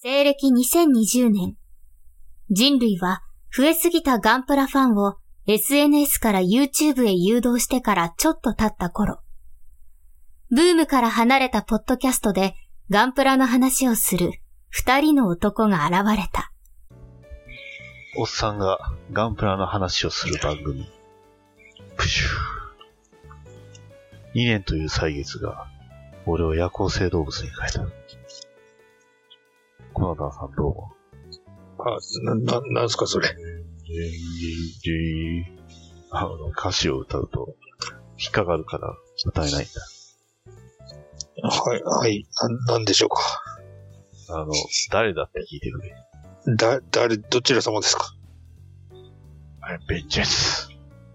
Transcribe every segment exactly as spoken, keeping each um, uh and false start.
西暦にせんにじゅうねん、人類は増えすぎたガンプラファンを エスエヌエス から YouTube へ誘導してからちょっと経った頃、ブームから離れたポッドキャストでガンプラの話をする二人の男が現れた。 おっさんがガンプラの話をする番組。プシュー。にねんという歳月が俺を夜行性動物に変えた。コナタンさんどうも。 あ、な、な、なんすかそれ。 あの、歌詞を歌うと引っかかるから歌えないんだ。 はい、はい、な、なんでしょうか。 あの、誰だって聞いてくれ。 だ、誰、どちら様ですか。 はい、ベンジェンス。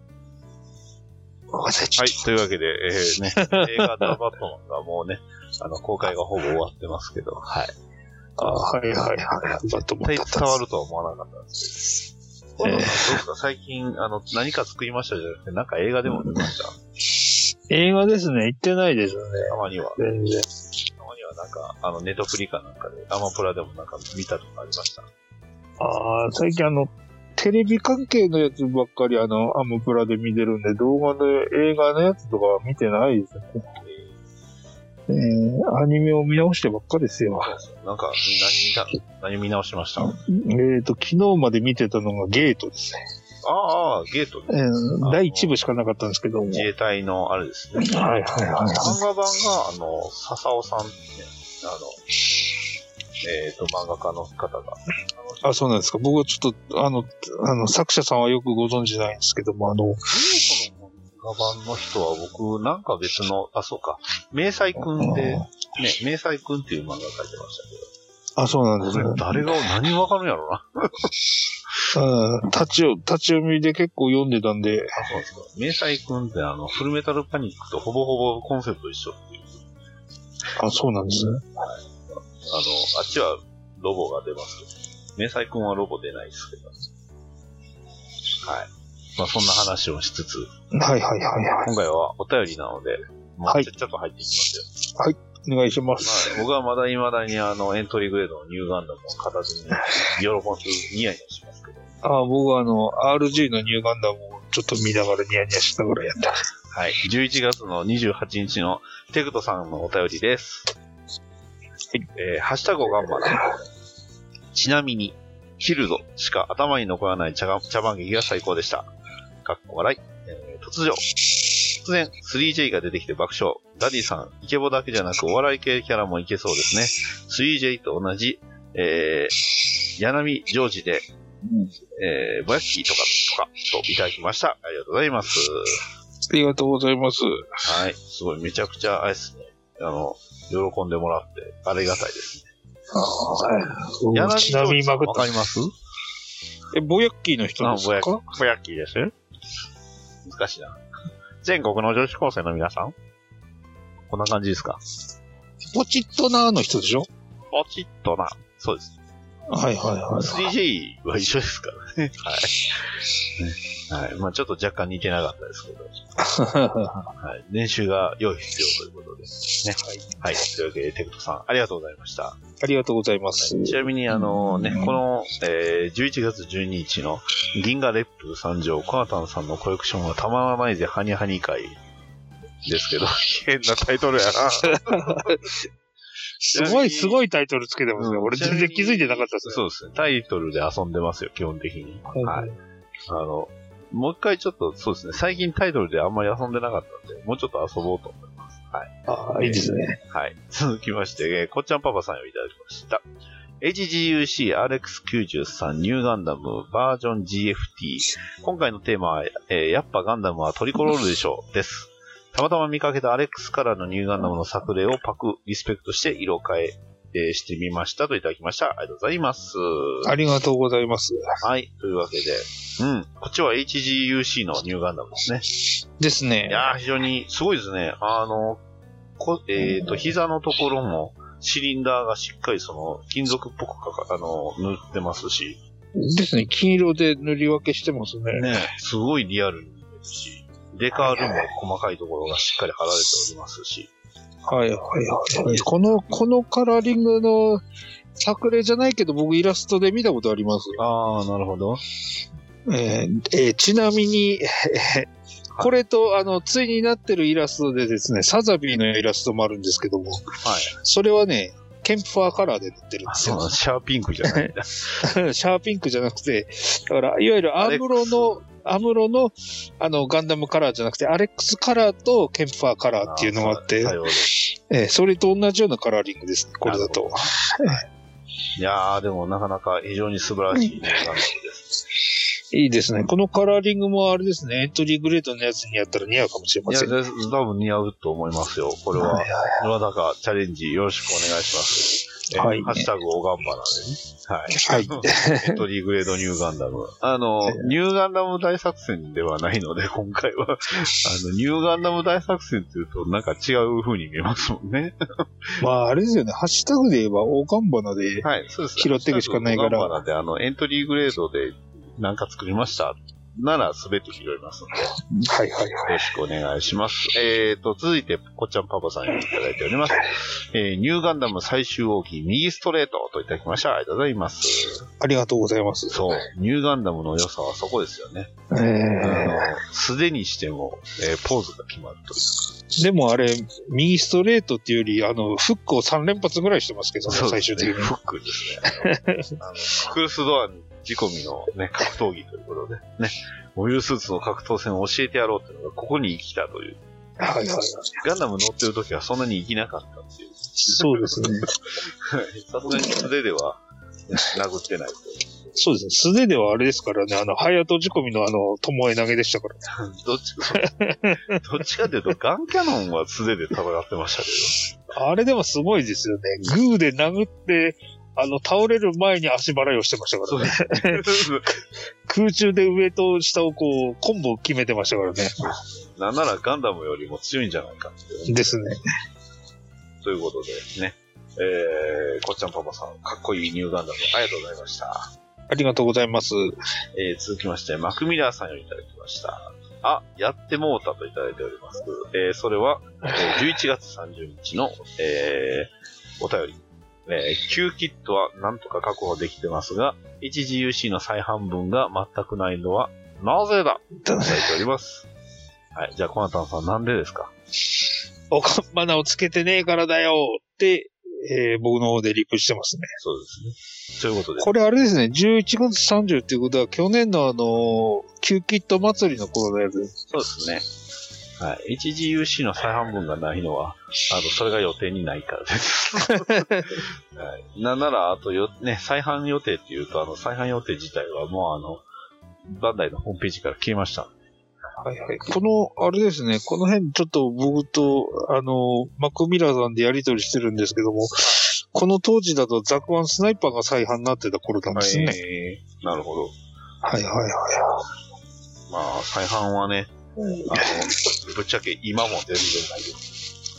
はい、 というわけで、えー、ね、映画ザ・バットマンがもうね、あの、公開がほぼ終わってますけど、はい。 あ、はいはいはい。バットマン絶対伝わるとは思わなかったんですけど。えー、どうですか最近、あの、何か作りましたじゃなくて、なんか映画でも出ました映画ですね、行ってないですよね。 たまには。 全然。 たまにはなんか、あの、ネトフリかなんかで、アマプラでもなんか見たとかありました。 ああ、最近あの、テレビ関係のやつばっかりあの、アマプラで見てるんで、動画で映画のやつとか見てないですね。えー、アニメを見直してばっかですよ。 なんか、何見た、何見直しました？ えっと、昨日まで見てたのがゲートですね。 ああ、ゲートね。 えー、だいいち部しかなかったんですけども。 自衛隊のあれですね。 はいはいはい。 漫画版が、あの、笹尾さんってね、あの、えっと、漫画家の方が。 あ、そうなんですか。僕はちょっと、あの、あの、作者さんはよくご存知ないんですけども、あの、ゲートの漫画版の人は僕、なんか別の、あ、そうか、明細くんで、ね、明細くんっていう漫画描いてましたけど。 あ、そうなんですね。 誰が、何わかるんやろな。 うん、立ち読、立ち読みで結構読んでたんで。 あ、そうですか。明細くんってあの、フルメタルパニックとほぼほぼコンセプト一緒っていう。 あ、そうなんですね。はい。 あの、あっちはロボが出ますけど、明細くんはロボ出ないですけど。はい。まあそんな話をしつつ。 はいはいはいはい。 今回はお便りなので、もうちゃっちゃと入っていきますよ。はい。お願いします。 まあ、僕はまだ未だにあの、エントリーグレードのニューガンダムを勝たずに、喜んでニヤニヤしますけど。 ああ、僕はあの、アールジー のニューガンダムをちょっと見ながらニヤニヤしながらやった。 はい。じゅういちがつのにじゅうはちにちのテクトさんのお便りです。はい。えー、ハッシュタグを頑張る。ちなみに、キルドしか頭に残らない茶番劇が最高でした。かっこ笑い。えー、突如。突然 スリージェイ が出てきて爆笑。ダディさん、イケボだけじゃなくお笑い系キャラもいけそうですね。スリージェイ と同じ、えー、柳ジョージで、うんえー、ボヤッキーとか、とか、といただきました。ありがとうございます。 ありがとうございます。 はい。すごい、めちゃくちゃ、あれですね。あの、喜んでもらって、ありがたいですね。 ああ、柳ジョージわかります？え、ボヤッキーの人ですか？ ボヤ、ボヤッキーです。難しいな。全国の女子高生の皆さんこんな感じですか？ ポチッとなーの人でしょ？ ポチッとな。そうです。 はいはいはい。 スリージェイ は一緒ですからね。はい。ね、はい。まあちょっと若干似てなかったですけど。はい。練習が良い必要ということで。ね。はい。はい。というわけで、テクトさん、ありがとうございました。 ありがとうございます。 ちなみに、あのね、この、えー、じゅういちがつじゅうににちの銀河烈風参上、コナタンさんのコレクションはたまらないぜ、ハニハニ会ですけど、変なタイトルやな。 すごい、すごいタイトルつけてますね。うん、俺全然気づいてなかったですね。 そうですね。タイトルで遊んでますよ、基本的に。はい。はい、あの、もう一回ちょっと、そうですね。最近タイトルであんまり遊んでなかったんで、もうちょっと遊ぼうと思います。はい。 ああ、いいですね。 はい。続きまして、えー、こっちゃんパパさんをいただきました。エイチジーユーシーアールエックスきゅうじゅうさん ニューガンダムバージョン ジーエフティー。今回のテーマは、えー、やっぱガンダムはトリコロールでしょう。です。たまたま見かけたアレックスカラーのニューガンダムの作例をパク、リスペクトして色変え、えー、してみましたといただきました。ありがとうございます。 ありがとうございます。 はい。というわけで、うん。こっちは エイチジーユーシー のニューガンダムですね。 ですね。 いやー、非常にすごいですね。あの、こえっと、膝のところも、シリンダーがしっかりその、金属っぽくかか、あの、塗ってますし。 ですね。金色で塗り分けしてますね。 ね。すごいリアルに見えるし、デカールも細かいところがしっかり貼られておりますし。 はいはいはいはい。この、このカラーリングの作例じゃないけど、僕イラストで見たことあります。 ああ、なるほど。 えーえーちなみに、えーこれと、あの、対になってるイラストでですね、サザビーのイラストもあるんですけども、 はい。 それはね、ケンプファーカラーで塗ってるんですよ。 シャーピンクじゃないんだ。 シャーピンクじゃなくて、だから、いわゆるアムロの、アムロの、あの、ガンダムカラーじゃなくて、アレックスカラーとケンプファーカラーっていうのがあって、あえー、それと同じようなカラーリングですね、これだと。 いやー、でもなかなか非常に素晴らしいガンダムです。 いいですね。このカラーリングもあれですね、エントリーグレードのやつにやったら似合うかもしれません。 いや、多分似合うと思いますよ。これは、野田かチャレンジよろしくお願いします。はい、えー。ハッシュタグおがんばなんでね。はい。はい。エントリーグレードニューガンダム。あの、ニューガンダム大作戦ではないので、今回は。あの、ニューガンダム大作戦っていうと、なんか違う風に見えますもんね。まあ、あれですよね。ハッシュタグで言えば、おがんばなで、 はい、そうです。 拾っていくしかないから。 おがんばなで、あの、エントリーグレードで、なんか作りましたならすべて拾いますので。 はいはいはい。よろしくお願いします。えーと、続いて、こっちゃんパパさんにいただいております。えー、ニューガンダム最終奥義右ストレートといただきました。ありがとうございます。 ありがとうございます。 そう。ニューガンダムの良さはそこですよね。 えー、 あの、素手にしても、えー、ポーズが決まるというか。 でもあれ、右ストレートっていうより、あの、フックをさん連発ぐらいしてますけどね、最終的に。 フックですね。あのクルスドアに仕込みのね、格闘技ということで、ね、モビルスーツの格闘戦を教えてやろうっていうのがここに生きたという。 はいはいはい。 ガンダム乗ってる時はそんなに生きなかったっていう。 そうですね。 さすがに素手では、ね、殴ってないと。 そうですね。素手ではあれですからね、あの、ハヤト仕込みのあの、ともえ投げでしたから。 どっちか、どっちかというと、ガンキャノンは素手で戦ってましたけど。あれでもすごいですよね。グーで殴って、あの、倒れる前に足払いをしてましたからね。空中で上と下をこう、コンボを決めてましたからね。 なんならガンダムよりも強いんじゃないかって。 ですね。 ということでね、えー、こっちゃんパパさん、かっこいいニューガンダムありがとうございました。 ありがとうございます。 えー、続きまして、マクミラーさんよりいただきました。あ、やってもうたといただいております。えー、それは、えー、じゅういちがつさんじゅうにちの、えー、お便り。えー、Qキットはなんとか確保できてますが、エイチジーユーシー の再販分が全くないのは、なぜだといただいております。はい。じゃあ、コナタンさんなんでですか？ おかんばなをつけてねえからだよって、えー、僕の方でリプしてますね。 そうですね。そういうことです。 これあれですね、じゅういちがつさんじゅうっていうことは、去年のあの、Qキット祭りの頃のやつ。 そうですね。はい。エイチジーユーシー の再販分がないのは、あの、それが予定にないからです。はい。なんなら、あとよ、ね、再販予定っていうと、あの、再販予定自体はもうあの、バンダイのホームページから消えました。 はいはい。この、あれですね、この辺ちょっと僕と、あの、マクミラーさんでやり取りしてるんですけども、この当時だとザクワンスナイパーが再販になってた頃なんですね。 はい、なるほど。 はいはいはい。 まあ、再販はね、あの、ぶっちゃけ今も全然ないです。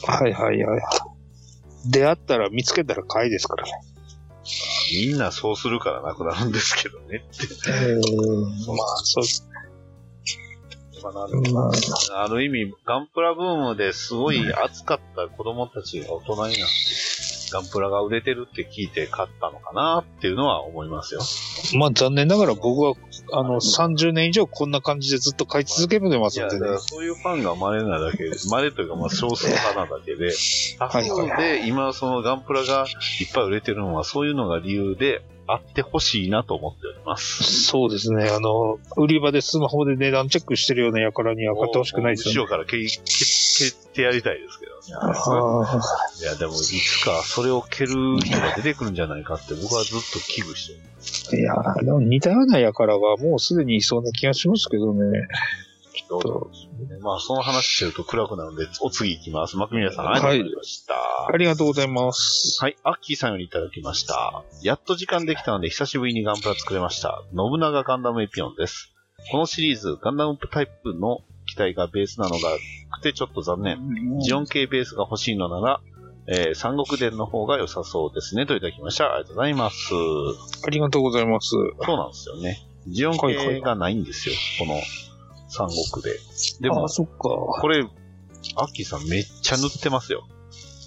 はいはいはい。出会ったら見つけたら買いですからね。 みんなそうするからなくなるんですけどねって。 えー、まあそうですね。 まあ、まあ、ある意味、ガンプラブームですごい熱かった子供たちが大人になって、ガンプラが売れてるって聞いて買ったのかなっていうのは思いますよ。 まあ残念ながら僕はあのさんじゅうねん以上こんな感じでずっと買い続けてますのでね。 いや、そういうファンが稀なだけで、稀というかまあ少数派なだけで、多数で今そのガンプラがいっぱい売れてるのはそういうのが理由であってほしいなと思っております。 そうですね。あの、売り場でスマホで値段チェックしてるようなやからには買ってほしくないですよね。 後ろから蹴ってやりたいですけどね。いや、でもいつかそれを蹴る人が出てくるんじゃないかって僕はずっと危惧してるんです。 いや、でも似たようなやからはもうすでにいそうな気がしますけどね。 きっと。まあ、その話してると暗くなるので、お次行きます。マクミラさん、ありがとうございました。 はい、ありがとうございます。 はい、アッキーさんよりいただきました。やっと時間できたので、久しぶりにガンプラ作れました。信長ガンダムエピオンです。このシリーズ、ガンダムタイプの機体がベースなのがくてちょっと残念。ジオン系ベースが欲しいのなら、えー、三国伝の方が良さそうですね。といただきました。ありがとうございます。 ありがとうございます。 そうなんですよね。ジオン系がないんですよ。この三国で。でも、 あ、そっか。 これ、アッキーさんめっちゃ塗ってますよ。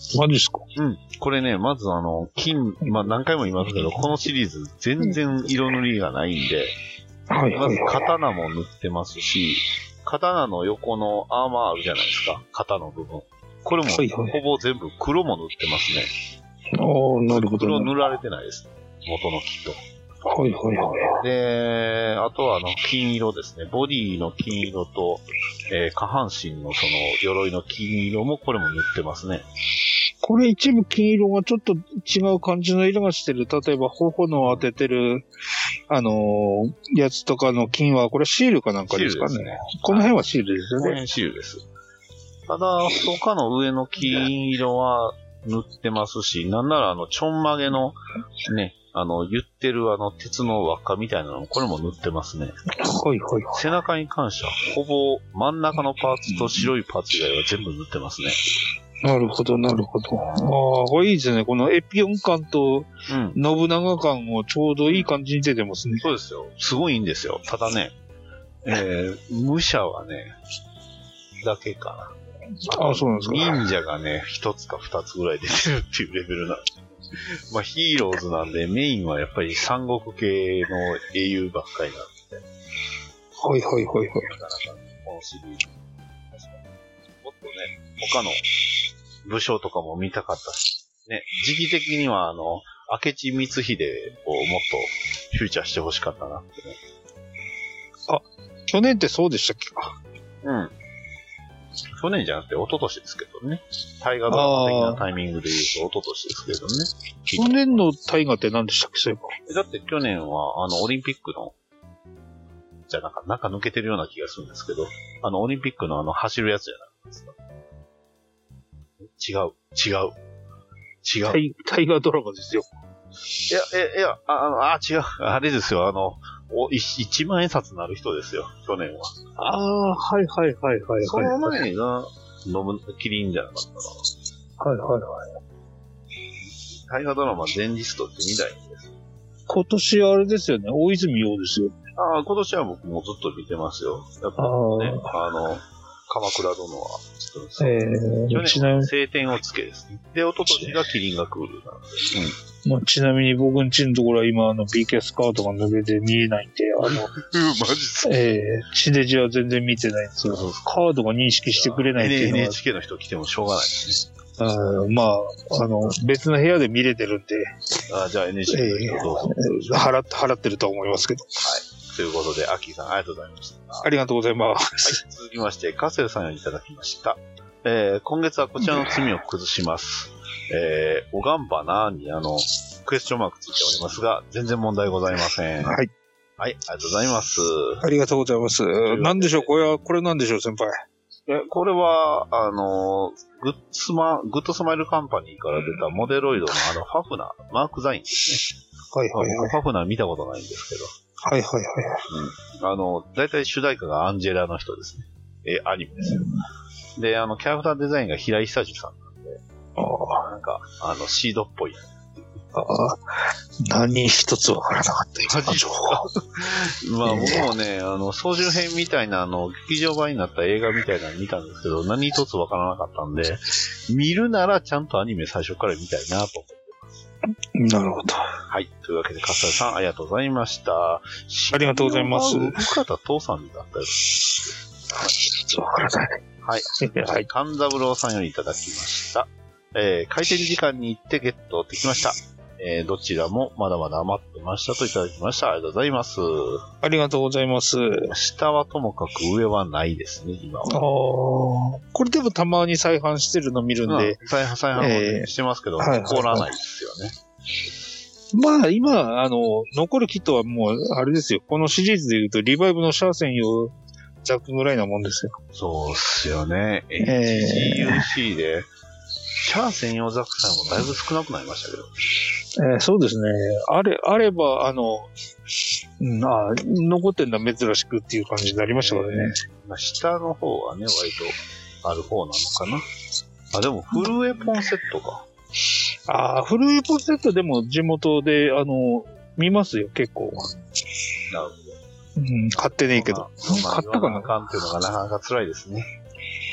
マジですか？ うん。これね、まずあの、金、まあ何回も言いますけど、このシリーズ全然色塗りがないんで、 はいはいはい。 まず刀も塗ってますし、刀の横のアーマーあるじゃないですか。肩の部分。これもはいはいほぼ全部黒も塗ってますね。 ああ、なるほど。 黒塗られてないです。元の木と。 はいはいはい。 で、あとはあの、金色ですね。ボディの金色と、えー下半身のその、鎧の金色もこれも塗ってますね。 これ一部金色がちょっと違う感じの色がしてる。例えば、頬の当ててる、あのーやつとかの金は、これシールかなんかですかね。 シールですねこの辺はシールですよね。 この辺シールです。ただ、他の上の金色は塗ってますし、なんならあの、ちょんまげの、ね、あの、言ってるあの、鉄の輪っかみたいなの、これも塗ってますね。 はいはいはい。 背中に関しては、ほぼ真ん中のパーツと白いパーツ以外は全部塗ってますね。 なるほど、なるほど。ああ、これいいですね。このエピオン感とうん。 信長感をちょうどいい感じに出てますね。 そうですよ。すごいいいんですよ。ただね、えー、武者はね、だけかな。 ああ、そうなんですか。 忍者がね、一つか二つぐらい出てるっていうレベルなんで。まあヒーローズなんでメインはやっぱり三国系の英雄ばっかりなんで。 はいはいはいはい。 なかなかこのシリーズ。確かに。もっとね、他の武将とかも見たかったし、ね、時期的にはあの、明智光秀をもっとフューチャーしてほしかったなってね。 去年ってそうでしたっけか。 うん。去年じゃなくて一昨年ですけどね。大河ドラマ的なタイミングで言うと一昨年ですけどね。 去年の大河って何でしたっけ、そういえば。 だって去年は、あの、オリンピックの、じゃあなんか、なんか抜けてるような気がするんですけど、あの、オリンピックのあの、走るやつじゃないですか。違う、違う、違う。い大大河ドラマですよ。 や、いや、いや、あ、あの、あ、違う。あれですよ、あの、お、一一万円札になる人ですよ、去年は。 ああ、はいはいはいはいはい。 その前が、飲む、キリンじゃなかったかな。 はいはいはい。 大河ドラマ前日とってにだいです。 今年あれですよね、大泉洋ですよ。 ああ、今年は僕もずっと見てますよ。やっぱね、あの、鎌倉殿は知ってます。 えー、 去年はちなみに、 晴天をつけですね。で、一昨年がキリンがクールなんで。 まあ、ちなみに僕んちのところは今、あの、ビーキャスカードが抜けて見えないんで、あの、 うん。マジっすか。 えー、地デジは全然見てないんですよ。カードが認識してくれないっていうのはエヌエイチケー の人来てもしょうがないですね。 あーまあ、あの、別の部屋で見れてるんで、 あじゃあ エヌエイチケー の人どうぞ。 えー払って、払ってると思いますけど。 ということで、アッキーさんありがとうございました。はありがとうございまい、 す。 続きまして、カセルさんよりいただきました。えー、今月はこちらの罪を崩します。えー、おがんばなーにあの、クエスチョンマークついておりますが、全然問題ございません。はい。 はい。 はい、ありがとうございます。 ありがとうございます。なんでしょうこれは、これなんでしょう先輩。 え、これは、あの、グッスマ、グッドスマイルカンパニーから出たモデロイドのあの、ファフナー、マークザインですね。 はいはいはい。 ファフナー見たことないんですけど。 はいはいはい。 うん。あの、だいたい主題歌がアンジェラの人ですね。え、アニメですよ。で、あの、キャラクターデザインが平井久司さんなんで、 あなんか、あの、シードっぽい。 あ、何一つわからなかった今の情報。 まあ僕もね、あの、総集編みたいな、あの、劇場版になった映画みたいなの見たんですけど、何一つわからなかったんで、見るならちゃんとアニメ最初から見たいなと思ってます。 なるほど。 はい。というわけで、カスタルさん、ありがとうございました。ありがとうございます深田父さんだったよ。 わからない。 はい。 はい。 勘三郎さんよりいただきました。えー、開店時間に行ってゲットできました。えー、どちらもまだまだ余ってましたといただきました。ありがとうございます。 ありがとうございます。 下はともかく上はないですね、今は。 ああ。これでもたまに再販してるの見るんで。 うん、再販、再販えーしてますけど、 はいはい凍らないですよね。 まあ今、あの、残るキットはもう、あれですよ。このシリーズで言うと、リバイブのシャー専用弱ぐらいなもんですよ。 そうっすよね。 えーエイチジーユーシー で、シャア専用ザクさんもだいぶ少なくなりましたけど。 えーそうですね。あれ、あれば、あの、うん、あ残ってんのは珍しくっていう感じになりましたからね。 えーまあ、下の方はね、割とある方なのかな。あ、でもフルウェポンセットか。 ああ、フルウェポンセットでも地元で、あの、見ますよ、結構。 なるほど。 うん、買ってねえけど。 まあ、 買ったかなあかんっていうのがなかなか辛いですね。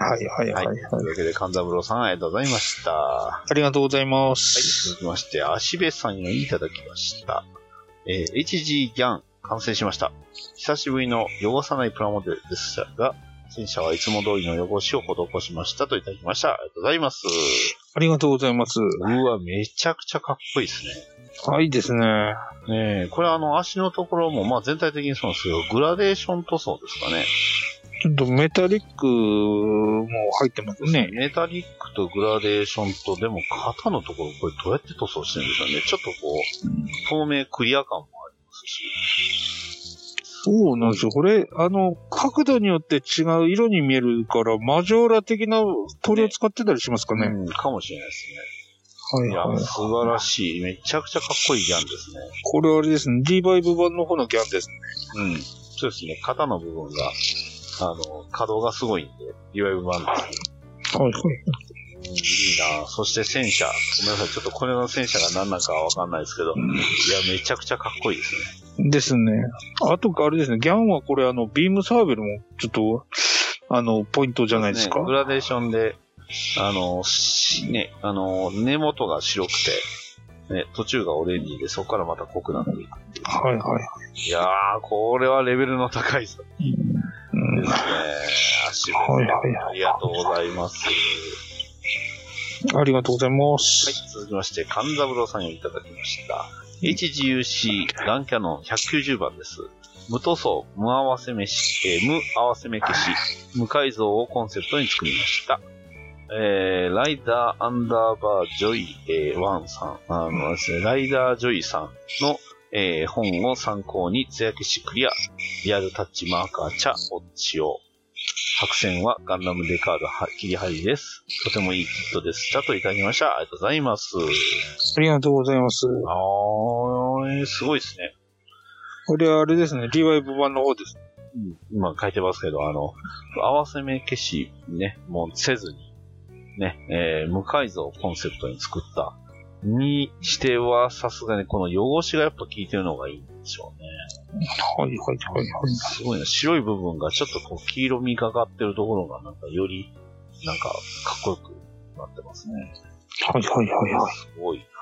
はいはいはい、はい。 というわけで、勘三郎さんありがとうございました。はありがとうございまい、 す。 続きまして、足部さんよりいただきました。えー、エイチジー ギャン完成しました。久しぶりの汚さないプラモデルでしたが、戦車はいつも通りの汚しを施しましたといただきました。ありがとうございます。 ありがとうございます。 うわ、めちゃくちゃかっこいいですね。 はい、いいですね。 ねえ、これあの足のところも、まあ全体的にそうなんですけど、グラデーション塗装ですかね。 ちょっとメタリックも入ってますね。 メタリックとグラデーションと、でも肩のところこれどうやって塗装してるんでしょうね。ちょっとこう、透明クリア感もありますし。 そうなんですよ。これ、あの、角度によって違う色に見えるから、マジョーラ的な塗料使ってたりしますかね。 うん、かもしれないですね。 はいはい、はい。 いや、素晴らしい。めちゃくちゃかっこいいギャンですね。 これあれですね。ディーバイブ版の方のギャンですね。 うん。そうですね。肩の部分が、あの、可動がすごいんで、いわゆる版ですね。 はいはい。 うん、いいな。そして戦車。ごめんなさい。ちょっとこれの戦車が何なのかはわかんないですけど、いや、めちゃくちゃかっこいいですね。 ですね。あと、あれですね。ギャンはこれ、あの、ビームサーベルも、ちょっと、あの、ポイントじゃないですか。 ね、グラデーションで、あの、ね、あの、根元が白くて、ね、途中がオレンジで、そこからまた濃くなっていくっていう。 はいはい。 いやー、これはレベルの高い作品ですね。足、 はいはい。 ありがとうございます。 ありがとうございます。 はい、続きまして、勘三郎さんよりいただきました。エイチジーユーシー ガンキャノンひゃくきゅうじゅうばんです。無塗装、無合わせ目し、えー、無合わせ目消し、無改造をコンセプトに作りました。えー、ライダーアンダーバージョイ、えー、ワンさん、あのですね、ライダージョイさんの、えー、本を参考に艶消しクリア、リアルタッチマーカー茶を使用。白線はガンダムデカール切り張りです。とてもいいキットでした。といただきました。ありがとうございます。 ありがとうございます。 あー、すごいですね。 これはあれですね、リバイブ版の方です。 うん、今書いてますけど、あの、合わせ目消しね、もうせずに、ね、えー、無改造をコンセプトに作ったにしては、さすがにこの汚しがやっぱ効いてるのがいいんでしょうね。 はいはいはいはい。 すごいな。白い部分がちょっとこう黄色みがかってるところがなんかより、なんかかっこよくなってますね。 はいはいはいはい。 すごいな。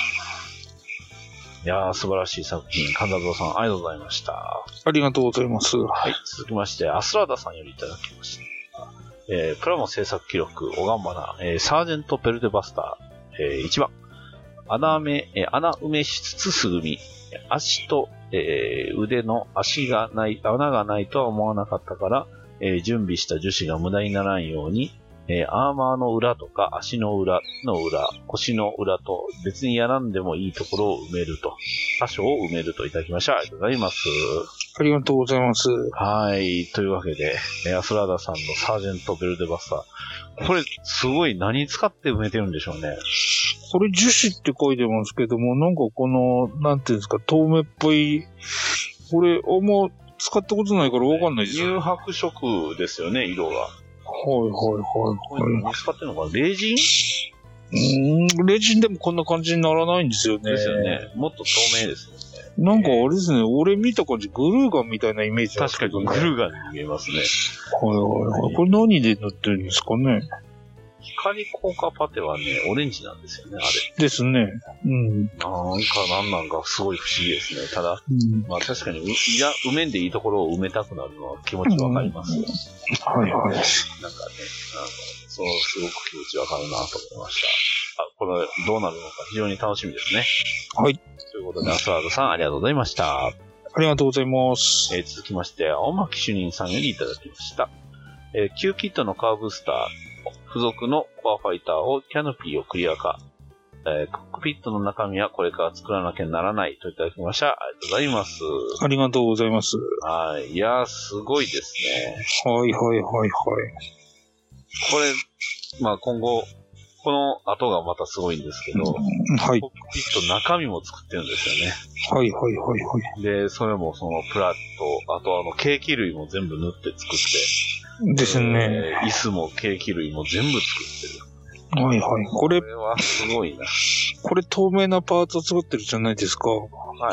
いやー、素晴らしい作品。神田蔵さん、ありがとうございました。 ありがとうございます。 はい、続きまして、アスラーダさんよりいただきました。えー、プラモ制作記録、オガンバナ、えー、サージェント・ペルデバスター、えー、いちばん。穴埋め、えー、穴埋めしつつすぐみ。足と、えー、腕の足がない、穴がないとは思わなかったから、えー、準備した樹脂が無駄にならんように、えー、アーマーの裏とか足の裏の裏、腰の裏と別にやらんでもいいところを埋めると、箇所を埋めるといただきました。ありがとうございます。 ありがとうございます。 はい。というわけで、アスラーダさんのサージェント・ベルデバスター。これ、すごい何使って埋めてるんでしょうね。 これ樹脂って書いてますけども、なんかこの、なんていうんですか、透明っぽい、これ、あんま使ったことないからわかんないですよ。 乳白色ですよね、色が。 はいはいはい。 これ何使ってるのかな、レジン？ うーん、レジンでもこんな感じにならないんですよね。 ですよね。もっと透明ですよね。 なんかあれですね、俺見た感じグルーガンみたいなイメージなんですけど、ね。 確かにグルーガンに見えますね。 はいはいはい。これ何で塗ってるんですかね。 光効果パテはね、オレンジなんですよね、あれ。 ですね。うん。 なんかなんなんかすごい不思議ですね。ただ、 うん、 まあ確かにう、いや、埋めんでいいところを埋めたくなるのは気持ちわかりますよ。 うん、はいはい。なんかね、 あの、そう、すごく気持ちわかるなと思いました。あ、これどうなるのか非常に楽しみですね。 はい。 ということで、アスワードさんありがとうございました。 ありがとうございます。 えー、続きまして、青巻主任さんよりいただきました。えー、Q キットのカーブスター、付属のコアファイターをキャノピーをクリア化。えー、コックピットの中身はこれから作らなきゃならないといただきました。ありがとうございます。 ありがとうございます。 はい。いやー、すごいですね。 はいはいはいはい。 これ、まあ今後、この後がまたすごいんですけど、 うん、はい。 コックピット中身も作ってるんですよね。 はいはいはいはい。 で、それもそのプラと、あとあのケーキ類も全部塗って作って。 ですね。 えー、椅子もケーキ類も全部作ってる。はいはい。これ、 これはすごいな。 これ透明なパーツを作ってるじゃないですか。 はい。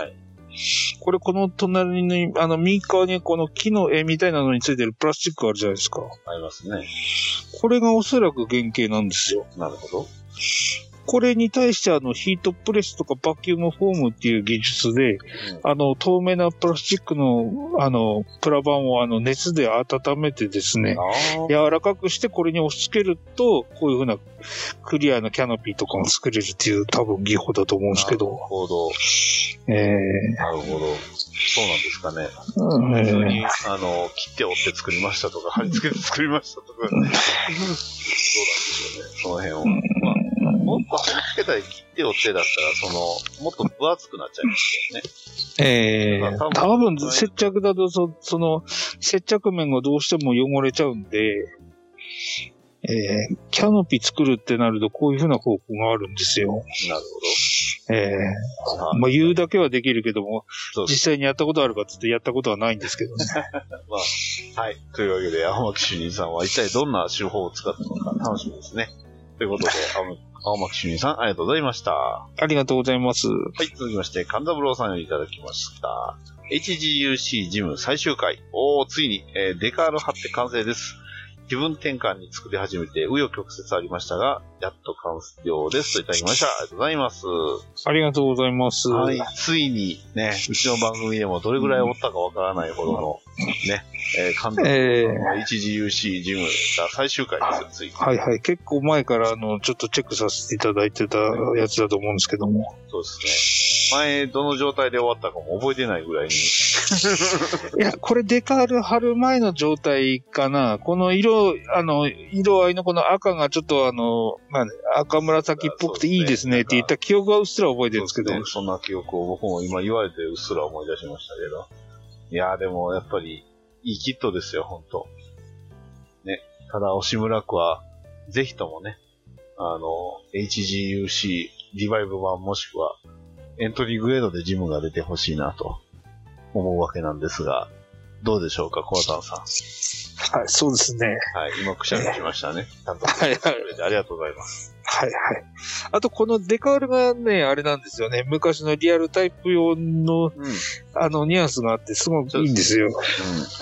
これこの隣に、あの、右側にこの木の絵みたいなのについてるプラスチックあるじゃないですか。 ありますね。 これがおそらく原型なんですよ。 なるほど。 これに対してあのヒートプレスとかバキュームフォームっていう技術で、うん、あの透明なプラスチックのあのプラ板をあの熱で温めてですね、柔らかくしてこれに押し付けるとこういう風なクリアなキャノピーとかも作れるっていう多分技法だと思うんですけど。 なるほど。 えー、 なるほど。そうなんですかね。うん、普通に、あの、切って折って作りましたとか、貼り付けて作りましたとか、どうなんでしょうね、その辺を。まあ、もっと貼り付けたり切って折ってだったら、その、もっと分厚くなっちゃいますよね。 ええー、多分、多分接着だとそ、その、接着面がどうしても汚れちゃうんで、えー、キャノピ作るってなるとこういう風な方法があるんですよ。なるほど。 ええー、まあ言うだけはできるけども、実際にやったことあるかって言ってやったことはないんですけどね。 まあ、はい。というわけで、青巻主任さんは一体どんな手法を使ったのか楽しみですね。ということで、青巻主任さんありがとうございました。 ありがとうございます。はい、続きまして、神三郎さんよりいただきました。エイチジーユーシー ジム最終回。おー、ついに、えー、デカール貼って完成です。気分転換に作り始めて、紆余曲折ありましたが、やっと完了ですといただきました。ありがとうございます。ありがとうございます。 はい、ついにね、うちの番組でもどれぐらいおったかわからないほどの、ね、えー、関東の エイチジーユーシー ジムが最終回ですよ、ついに。 はいはい、結構前からあの、ちょっとチェックさせていただいてたやつだと思うんですけども。 そうですね。前、どの状態で終わったかも覚えてないぐらいに。 いや、これデカール貼る前の状態かな。この色、あの、色合いのこの赤がちょっとあの、まあね、赤紫っぽくていいですねって言った記憶はうっすら覚えてるんですけど。 そうですね、そんな記憶を僕も今言われてうっすら思い出しましたけど。いやーでもやっぱり、いいキットですよ、ほんと。ね。ただ、押村区は、ぜひともね、あの、エイチジーユーシー リバイブ版もしくは、エントリーグレードでジムが出てほしいなと思うわけなんですが、どうでしょうか、コアタンさん。 はい、そうですね。 はい、今くしゃみしましたね。ちゃんと。はい、はい。ありがとうございます。 はい、はい。あと、このデカールがね、あれなんですよね。昔のリアルタイプ用の、うん、あの、ニュアンスがあって、すごくいいんですよ。 うん。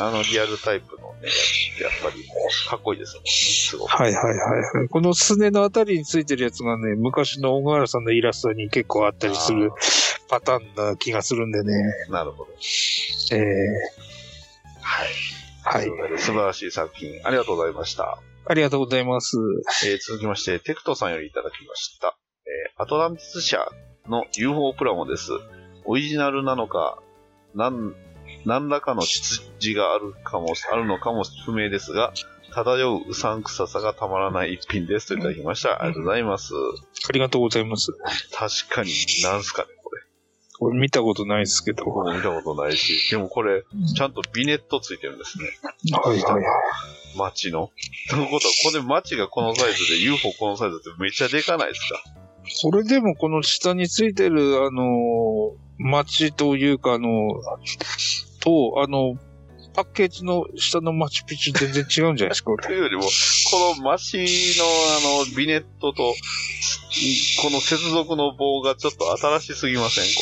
あの、リアルタイプのね、やっぱり、かっこいいですよね。すごく。 はい、はい、はい。このすねのあたりについてるやつがね、昔の小川原さんのイラストに結構あったりするパターンな気がするんでね。 なるほど。 ええー。 はい。はい。素晴らしい作品、ありがとうございました。 ありがとうございます。 えー、続きまして、テクトさんよりいただきました。えー、アトランティス社の ユーフォー プラモです。オリジナルなのか、なん、何らかの出自があるかも、あるのかも不明ですが、漂ううさんくささがたまらない一品ですといただきました。ありがとうございます。 ありがとうございます。 確かに、なんすかね、これ。 これ見たことないですけど。 僕も見たことないし、でもこれ、ちゃんとビネットついてるんですね。 はいはいはい。 街の。ということは、これ街がこのサイズで ユーフォー このサイズってめっちゃでかないですか？ これでもこの下についてる、あの、街というか、あの、と、あの、パッケージの下のマチュピチュ全然違うんじゃないですか、これ。 というよりも、このマシのあの、ビネットと、この接続の棒がちょっと新しすぎません、こ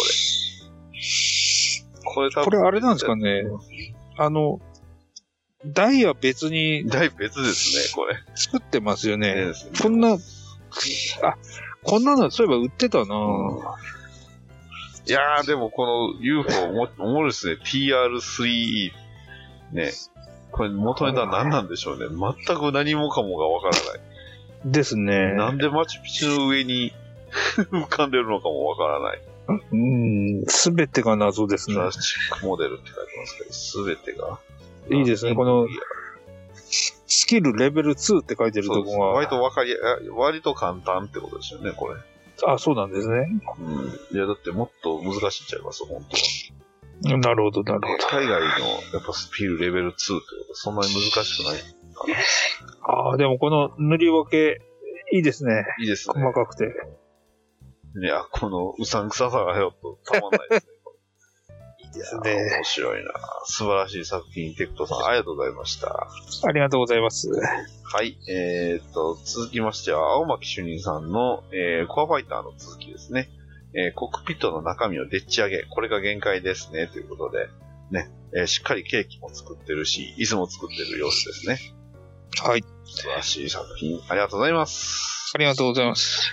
れ。これ多分。 これあれなんですかね。あの、台は別に。 台別ですね、これ。 作ってますよね。ねこんな、あ、こんなのそういえば売ってたな、うん、 いやー、でもこの ユーフォー も、おもろいですね。ティーアールスリー ね。これ元ネタは何なんでしょうね。全く何もかもがわからない。 ですね。 なんでマチュピチュの上に浮かんでるのかもわからない。 うん、すべてが謎ですね。 プラスチックモデルって書いてますけど、すべてが。 いいですね。この、スキルレベルツーって書いてるとこが。 割とわかり、割と簡単ってことですよね、これ。 あ、そうなんですね。 うん。いや、だってもっと難しいんちゃいます、本当は。 なるほど、なるほど。 海外の、やっぱスキルレベルツーってことそんなに難しくないかな。 ああ、でもこの塗り分け、いいですね。 いいですね。 細かくて。 いや、このうさんくささがよっとたまんないですね。 いいですね。 面白いな。素晴らしい作品、テクトさん、ありがとうございました。 ありがとうございます。 はい。えー、っと、続きましては、青巻主任さんの、えー、コアファイターの続きですね。 えー、コックピットの中身をでっち上げ、これが限界ですね、ということで、ね、えー、しっかりケーキも作ってるし、椅子も作ってる様子ですね。 はい。 素晴らしい作品、ありがとうございます。 ありがとうございます。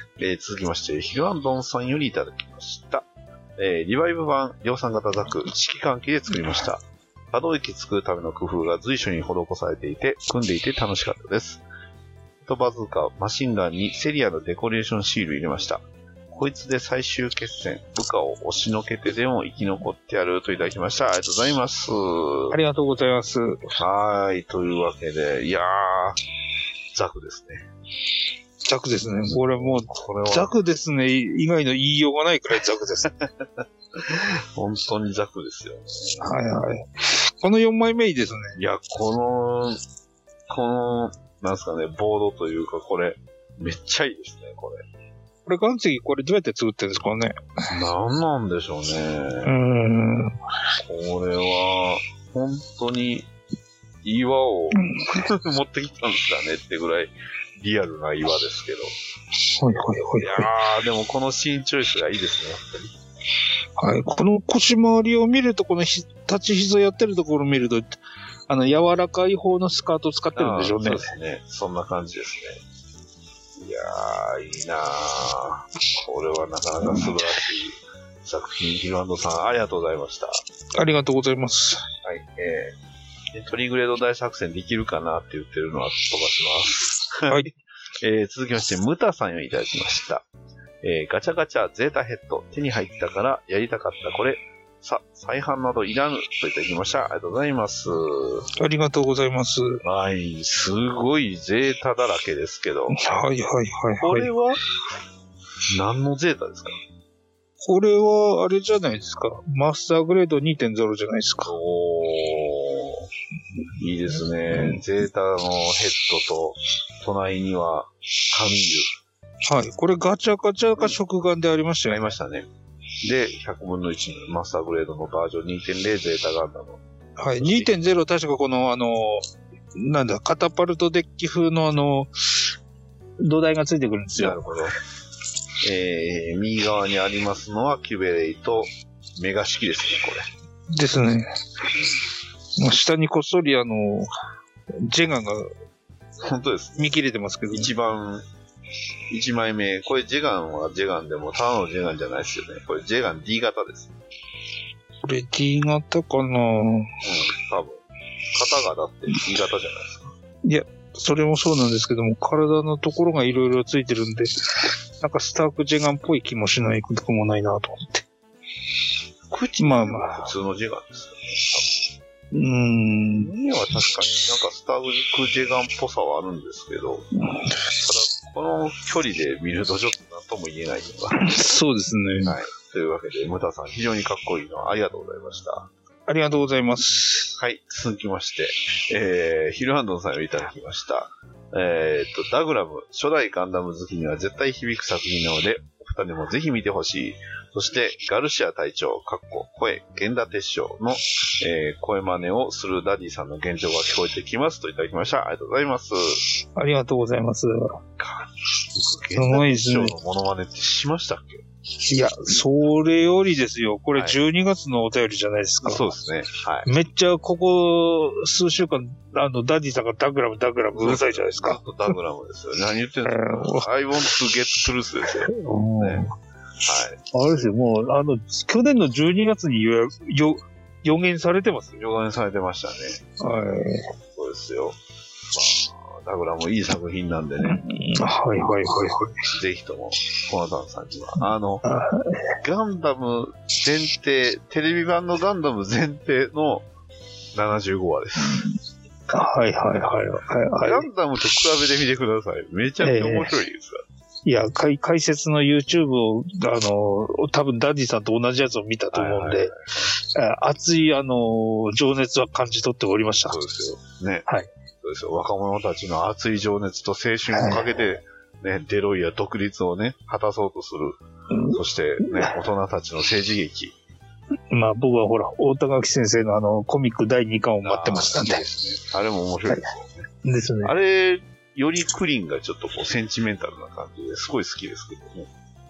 えー、続きまして、ヒルアンドンさんよりいただきました。えー、リバイブ版量産型ザク、式換気で作りました。可動域作るための工夫が随所に施されていて、組んでいて楽しかったです。トバズーカ、マシンガンにセリアのデコレーションシール入れました。こいつで最終決戦、部下を押しのけてでも生き残ってやるといただきました。ありがとうございます。 ありがとうございます。 はーい、というわけで、いやー、ザクですね。 ザクですね。これもう、これはザクですね。以外の言いようがないくらいザクです。 本当にザクですよね。 はいはい。このよんまいめいいですね。 いや、この、この、なんすかね、ボードというか、これ、めっちゃいいですね、これ。 これ、岩石、これどうやって作ってるんですかね。 なんなんでしょうね。うーん。 これは、本当に、岩を持ってきたんですかねってぐらい、リアルな岩ですけど。 ほいほいほい。 いやー、でもこのシーンチョイスがいいですね、やっぱり。はい。この腰回りを見ると、このひ立ち膝やってるところを見ると、あの、柔らかい方のスカートを使ってるんでしょうね。 そうですね。そんな感じですね。いやー、いいなー。これはなかなか素晴らしい作品。ヒルアンドさん、ありがとうございました。 ありがとうございます。 はい。えー、トリグレード大作戦できるかなって言ってるのは飛ばします。 はい。 えー、続きまして、ムタさんよりいただきました。えー、ガチャガチャゼータヘッド、手に入ったからやりたかったこれ、さ、再販などいらぬといただきました。ありがとうございます。 ありがとうございます。 はい、すごいゼータだらけですけど。 はいはいはいはい。 これは、何のゼータですか？ これは、あれじゃないですか。マスターグレード にてんゼロ じゃないですか。 おー、いいですね。ゼータのヘッドと、隣には、紙油。 はい。これガチャガチャが食玩でありましたよね。 ありましたね。で、ひゃくぶんのいちのマスターグレードのバージョン にてんゼロ ゼータガンダム。 はい。にてんゼロ 確かこの、あの、なんだ、カタパルトデッキ風のあの、土台がついてくるんですよ。 なるほど。えー、右側にありますのはキュベレイとメガ式ですね、これ。 ですね。下にこっそりあの、ジェガンが、 本当です。 見切れてますけど、ね。 一番、一枚目。これジェガンはジェガンでも、ただのジェガンじゃないですよね。これジェガン D 型です。 これ D 型かな？うん、 多分。型がだって D 型じゃないですか。 いや、それもそうなんですけども、体のところがいろいろついてるんで、なんかスタークジェガンっぽい気もしないこともないなと思って。 こっちまあまあ。普通のジェガンですよね。 うーん。 目は確かになんかスタークジェガンっぽさはあるんですけど、ただこの距離で見るとちょっと何とも言えないような。 そうですね。 はい。というわけで、ムタさん非常にかっこいいのありがとうございました。 ありがとうございます。 はい。続きまして、えー、ヒルハンドンさんよりいただきました。えー、っと、ダグラム、初代ガンダム好きには絶対響く作品なので、お二人もぜひ見てほしい。そして、ガルシア隊長、かっこ声、源田鉄章の、えー、声真似をするダディさんの現状が聞こえてきますといただきました。ありがとうございます。 ありがとうございます。 すごいですね。源田鉄章のモノマネってしましたっけ？ いや、それよりですよ。これじゅうにがつのお便りじゃないですか。 はい、そうですね。はい。 めっちゃここ数週間、あの、ダディさんがダグラム、ダグラムうるさいじゃないですか。 ダグラムですよ。何言ってんの、えー、?I want to get truth ですよ。ね、はい。 あれですよ、もう、あの、去年のじゅうにがつに予予言されてますよ。予言されてましたね。 はい。 そうですよ。まあ、ダグラムいい作品なんでね。 はいはいはいはい。 ぜひとも、コナタンさんには。あの、ガンダム前提、テレビ版のガンダム前提のななじゅうごわです。 はいはいはいはい。 ガンダムと比べてみてください。めちゃくちゃ面白いですから。 えー、いや、解、解説の YouTube を、あの、多分ダディさんと同じやつを見たと思うんで、熱い、あの、情熱は感じ取っておりました。 そうですよ。ね。 はい。 そうですよ。若者たちの熱い情熱と青春をかけて、ね、デロイや独立をね、果たそうとする。うん、そして、ね、大人たちの政治劇。 まあ僕はほら、大田垣先生のあの、コミックだいにかんを待ってましたんで。 あ, ですね、あれも面白いですよね。 はい、ですね。 あれ、よりクリンがちょっとこう、センチメンタルな感じですごい好きですけどね。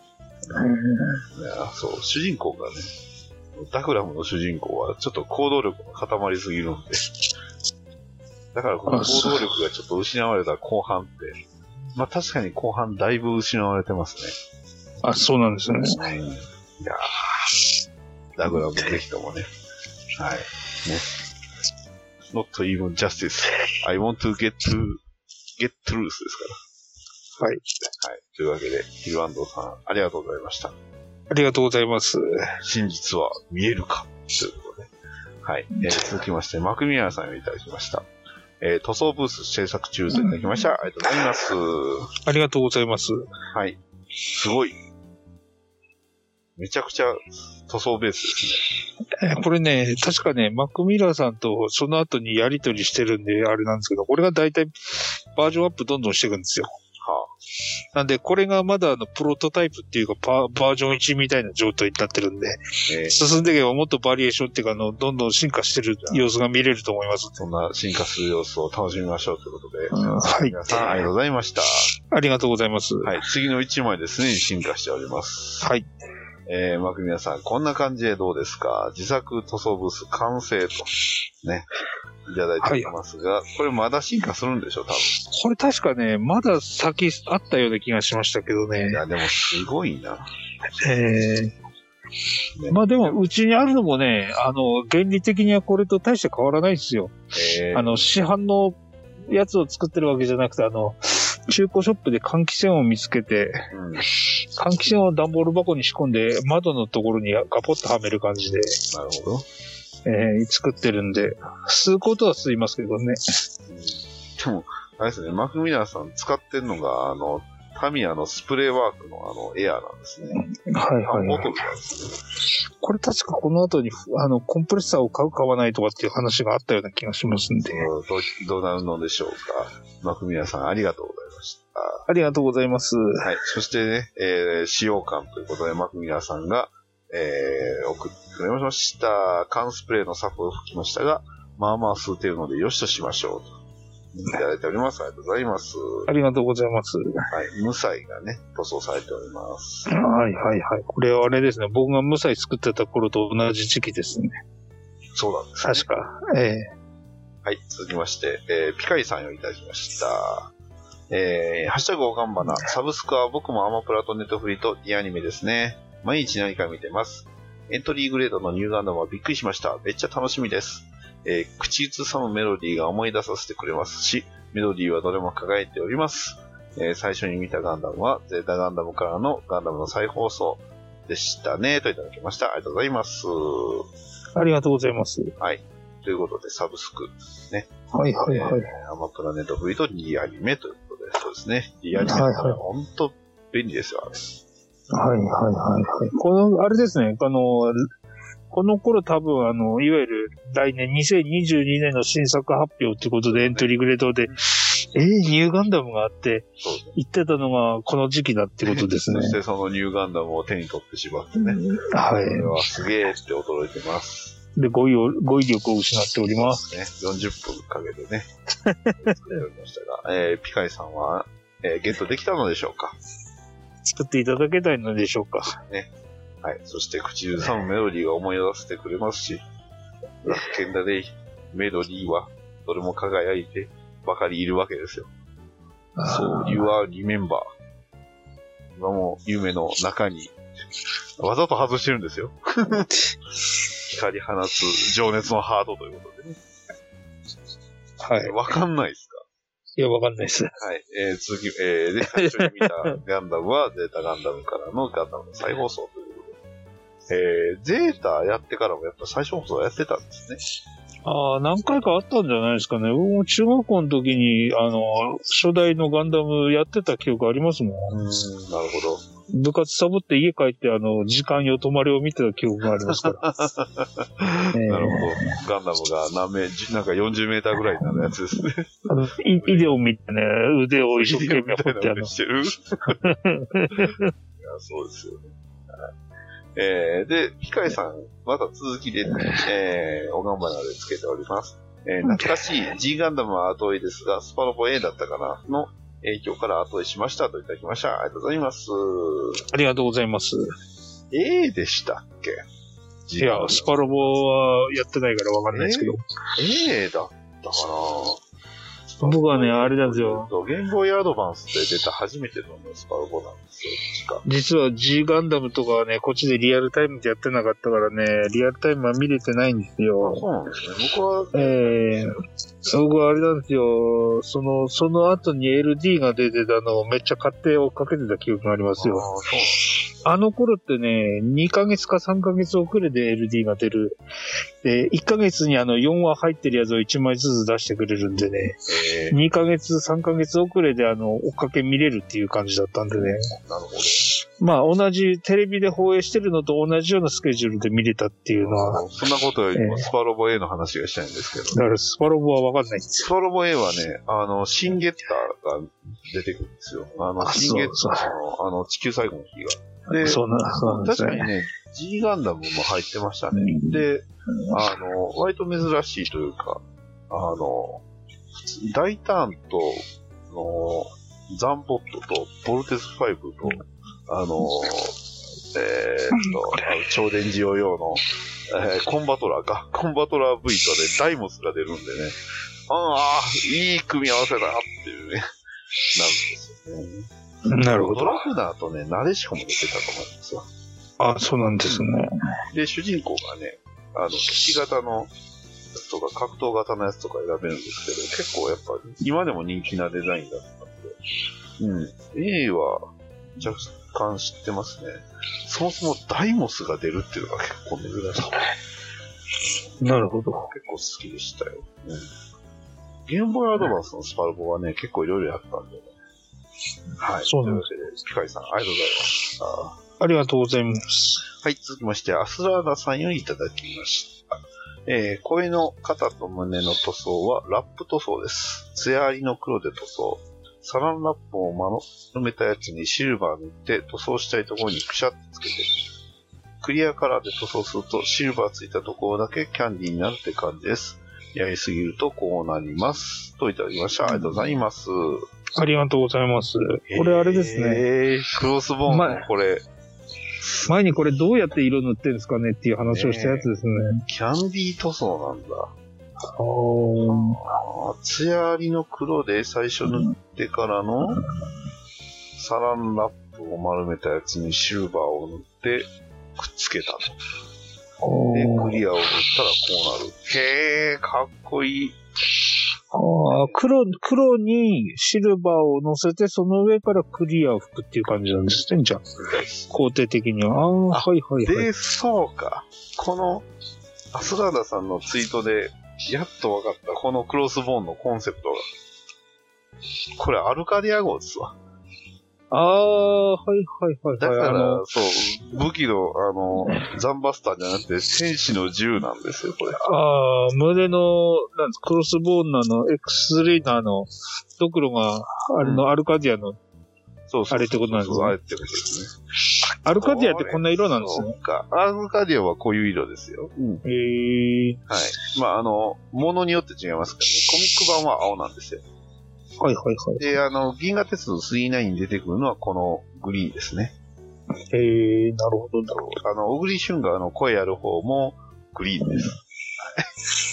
いや、そう、主人公がね、ダクラムの主人公はちょっと行動力が固まりすぎるんで、だからこの行動力がちょっと失われた後半って、まあ確かに後半だいぶ失われてますね。 あ、そうなんですね。うん、 いやー、ダクラムぜひともね、はい、ね。Not even justice. I want to get to, get truth ですから。はい。はい。というわけで、ヒルアンドさん、ありがとうございました。 ありがとうございます。 真実は見えるかということで。はい。えー、続きまして、マクミラーさんをいただきました。えー、塗装ブース制作中といただきました。ありがとうございます。 ありがとうございます。 はい。すごい。めちゃくちゃ塗装ベースですね。これね、確かね、マックミラーさんとその後にやり取りしてるんで、あれなんですけど、これが大体バージョンアップどんどんしていくんですよ。はあ、なんで、これがまだあの、プロトタイプっていうかバージョンいちみたいな状態になってるんで、えー、進んでいけばもっとバリエーションっていうか、あの、どんどん進化してる様子が見れると思います。 そんな進化する様子を楽しみましょうということで、うん、はい。皆さんありがとうございました。 ありがとうございます。 はい。次のいちまいですね、進化しております。 はい。 えー、マクミラさん、こんな感じでどうですか？自作塗装ブース完成と、ね、いただいておりますが、はい、これまだ進化するんでしょ、多分。 これ確かね、まだ先あったような気がしましたけどね。 いや、でもすごいな。 えー、ね、まあでも、うちにあるのもね、あの、原理的にはこれと大して変わらないですよ。えー、あの、市販のやつを作ってるわけじゃなくて、あの、中古ショップで換気扇を見つけて、うん、換気扇を段ボール箱に仕込んで、窓のところにガポッとはめる感じで、 なるほど。 えー、作ってるんで、吸うことは吸いますけどね。うん、 でも、あれですね、マクミラーさん使ってるのが、あの、タミヤのスプレーワークのあの、エアーなんですね。 はいはい、はい。 ボトルなんですね。 これ確かこの後に、あの、コンプレッサーを買う買わないとかっていう話があったような気がしますんで。 どう、どうなるのでしょうか。マクミラーさん、ありがとうございました。 ありがとうございます。 はい。そしてね、えー、使用感ということで、マクミラーさんが、えー、送ってくれました。缶スプレーのサプを吹きましたが、まあまあ吸うているので、よしとしましょうと。いただいております。ありがとうございます。 ありがとうございます。はい。 無彩がね、塗装されております。 はいはいはい。これはあれですね。僕が無彩作ってた頃と同じ時期ですね。 そうなんですね。 確か。ええー。はい。続きまして、えー、ピカイさんをいただきました。えー、ハッシュタグおがんばな。サブスクは僕もアマプラとネットフリといいアニメですね。毎日何か見てます。エントリーグレードのニューガンダムはびっくりしました。めっちゃ楽しみです。えー、口ずさむメロディーが思い出させてくれますし、メロディーはどれも輝いております。えー、最初に見たガンダムは、ゼータガンダムからのガンダムの再放送でしたね、といただきました。ありがとうございます。 ありがとうございます。 はい。ということで、サブスクね。 はいはいはい。 えー、アマプラネットフリと D アニメということで、そうですね。D アニメは本当便利ですよ、あれ。 はいはいはいはい。この、あれですね、あの、この頃多分、あの、いわゆる来年にせんにじゅうにねんの新作発表ということでエントリーグレードで、えー、ニューガンダムがあって、言ってたのがこの時期だってことですね。 そしてそのニューガンダムを手に取ってしまってね。はい。これはすげーって驚いてます。 で、語彙を、語彙力を失っております。 ね。よんじゅっぷんかけてね。作っておりましたが、えー、ピカイさんは、えー、ゲットできたのでしょうか？ 作っていただけたいのでしょうか？ ね。はい。そして、口ずさむメロディーが思い出してくれますし、ラッケンダでメロディーはどれも輝いてばかりいるわけですよ。そう、You are remember。今も夢の中に、わざと外してるんですよ。光り放つ情熱のハートということでね。はい。わかんないですか？ いや、わかんないです。 はい。えー、続き、えー、で、最初に見たガンダムは、ゼータガンダムからのガンダムの再放送ということで。えー、ゼータやってからもやっぱ最初放送やってたんですね。 ああ、何回かあったんじゃないですかね。僕も中学校の時に、あの、初代のガンダムやってた記憶ありますもん。 うん、なるほど。 部活サボって家帰って、あの、時間よ止まりを見てた記憶がありますから。 えー、なるほど。ガンダムが何メなんかよんじゅうメーターぐらいになるやつですね。 あの、イイデオン見てね、腕を一生懸命掘ってある。 してるいや、そうですよね。えー、で、ピカイさん、また続きで、えー、おがんばなでつけております。えー、懐かしい G ガンダムは後追いですが、スパロボ A だったかなの、 影響から後でしましたといただきました。ありがとうございます。 ありがとうございます。 A でしたっけ？ いや、スパロボはやってないからわかんないですけど。 A だったかな。 僕はね、あれなんですよ。 ゲームボーイアドバンスで出た初めてのスパロボなんですよ。 実は G ガンダムとかはね、こっちでリアルタイムでやってなかったからね、リアルタイムは見れてないんですよ。 そうなんですね。僕は、 えー、僕はあれなんですよ。その、その後に エルディー が出てたのをめっちゃ買って追っかけてた記憶がありますよ。あ, そうあの頃ってね、にかげつかさんかげつ遅れで エルディー が出る。で、いっかげつにあのよんわ入ってるやつをいちまいずつ出してくれるんでね、えー、にかげつ、さんかげつ遅れであの追っかけ見れるっていう感じだったんでね。なるほど。まあ同じテレビで放映してるのと同じようなスケジュールで見れたっていうのは。 そんなことよりもスパロボ A の話がしたいんですけど。 だからスパロボはわかんないんですよ。 スパロボ A はね、あの、シンゲッターが出てくるんですよ。あの、シンゲッターの、あの、地球最後の日が。で、そうなんですね。確かにね、G ガンダムも入ってましたね。うん、で、あの、割と珍しいというか、あの、大ターンと、のザンボットと、ボルテスファイブと、あの、えー、っと、超電磁用用の、えー、コンバトラーか。コンバトラー V とでダイモスが出るんでね。ああ、いい組み合わせだっていうね、なるんですよね。 なるほど。 ドラフナーとね、ナデシコも出てたと思うんですよ。 あ、そうなんですね。 で、主人公がね、あの、騎士型のやつとか、格闘型のやつとか選べるんですけど、結構やっぱり、今でも人気なデザインだったんで、うん。A は若干知ってますね。そもそもダイモスが出るっていうのが結構珍しい。 なるほど。 結構好きでしたよ。うん。ゲームボーイアドバンスのスパロボはね、結構いろいろやったんでね。はい。 そうなんですね。ピカイさん、ありがとうございます。 ありがとうございます。 はい、続きまして、アスラーダさんよりいただきました。えー、声の肩と胸の塗装はラップ塗装です。艶ありの黒で塗装。サランラップを丸めたやつにシルバー塗って塗装したいところにくしゃってつけてる。クリアカラーで塗装するとシルバーついたところだけキャンディーになるって感じです。やりすぎるとこうなります。といただきました。ありがとうございます。 ありがとうございます。これあれですね。 えー、クロスボーンのこれ。 前にこれどうやって色塗ってるんですかねっていう話をしたやつですね。 キャンディー塗装なんだ。 ああ、艶ありの黒で最初塗ってからのサランラップを丸めたやつにシルバーを塗ってくっつけたと。で、クリアを塗ったらこうなる。へー、かっこいい。 ああ、黒、黒にシルバーを乗せて、その上からクリアを吹くっていう感じなんですね、じゃあ。工程的には。ああ、はいはいはい。 で、そうか。この、アスラーダさんのツイートで、やっと分かった。このクロスボーンのコンセプトが。これ、アルカディア号ですわ。 ああ、はいはいはい。 だから、そう、武器の、あの、ザンバスターじゃなくて、戦士の銃なんですよ、これ。 ああ、胸の、なんです、クロスボーンのあの、エクススリーのあの、ドクロが、あれのアルカディアの、うん、そうそう、あれってことなんですね。 そう、あれってことですね。 アルカディアってこんな色なんですね。 そうか。アルカディアはこういう色ですよ。うん。 へえ。 はい。まあ、あの、ものによって違いますけどね、コミック版は青なんですよ。 はいはいはい。 で、あの、銀河鉄道スリーナインに出てくるのはこのグリーンですね。 へえー、なるほどなるほど。あの、小栗旬があの声ある方もグリーンです。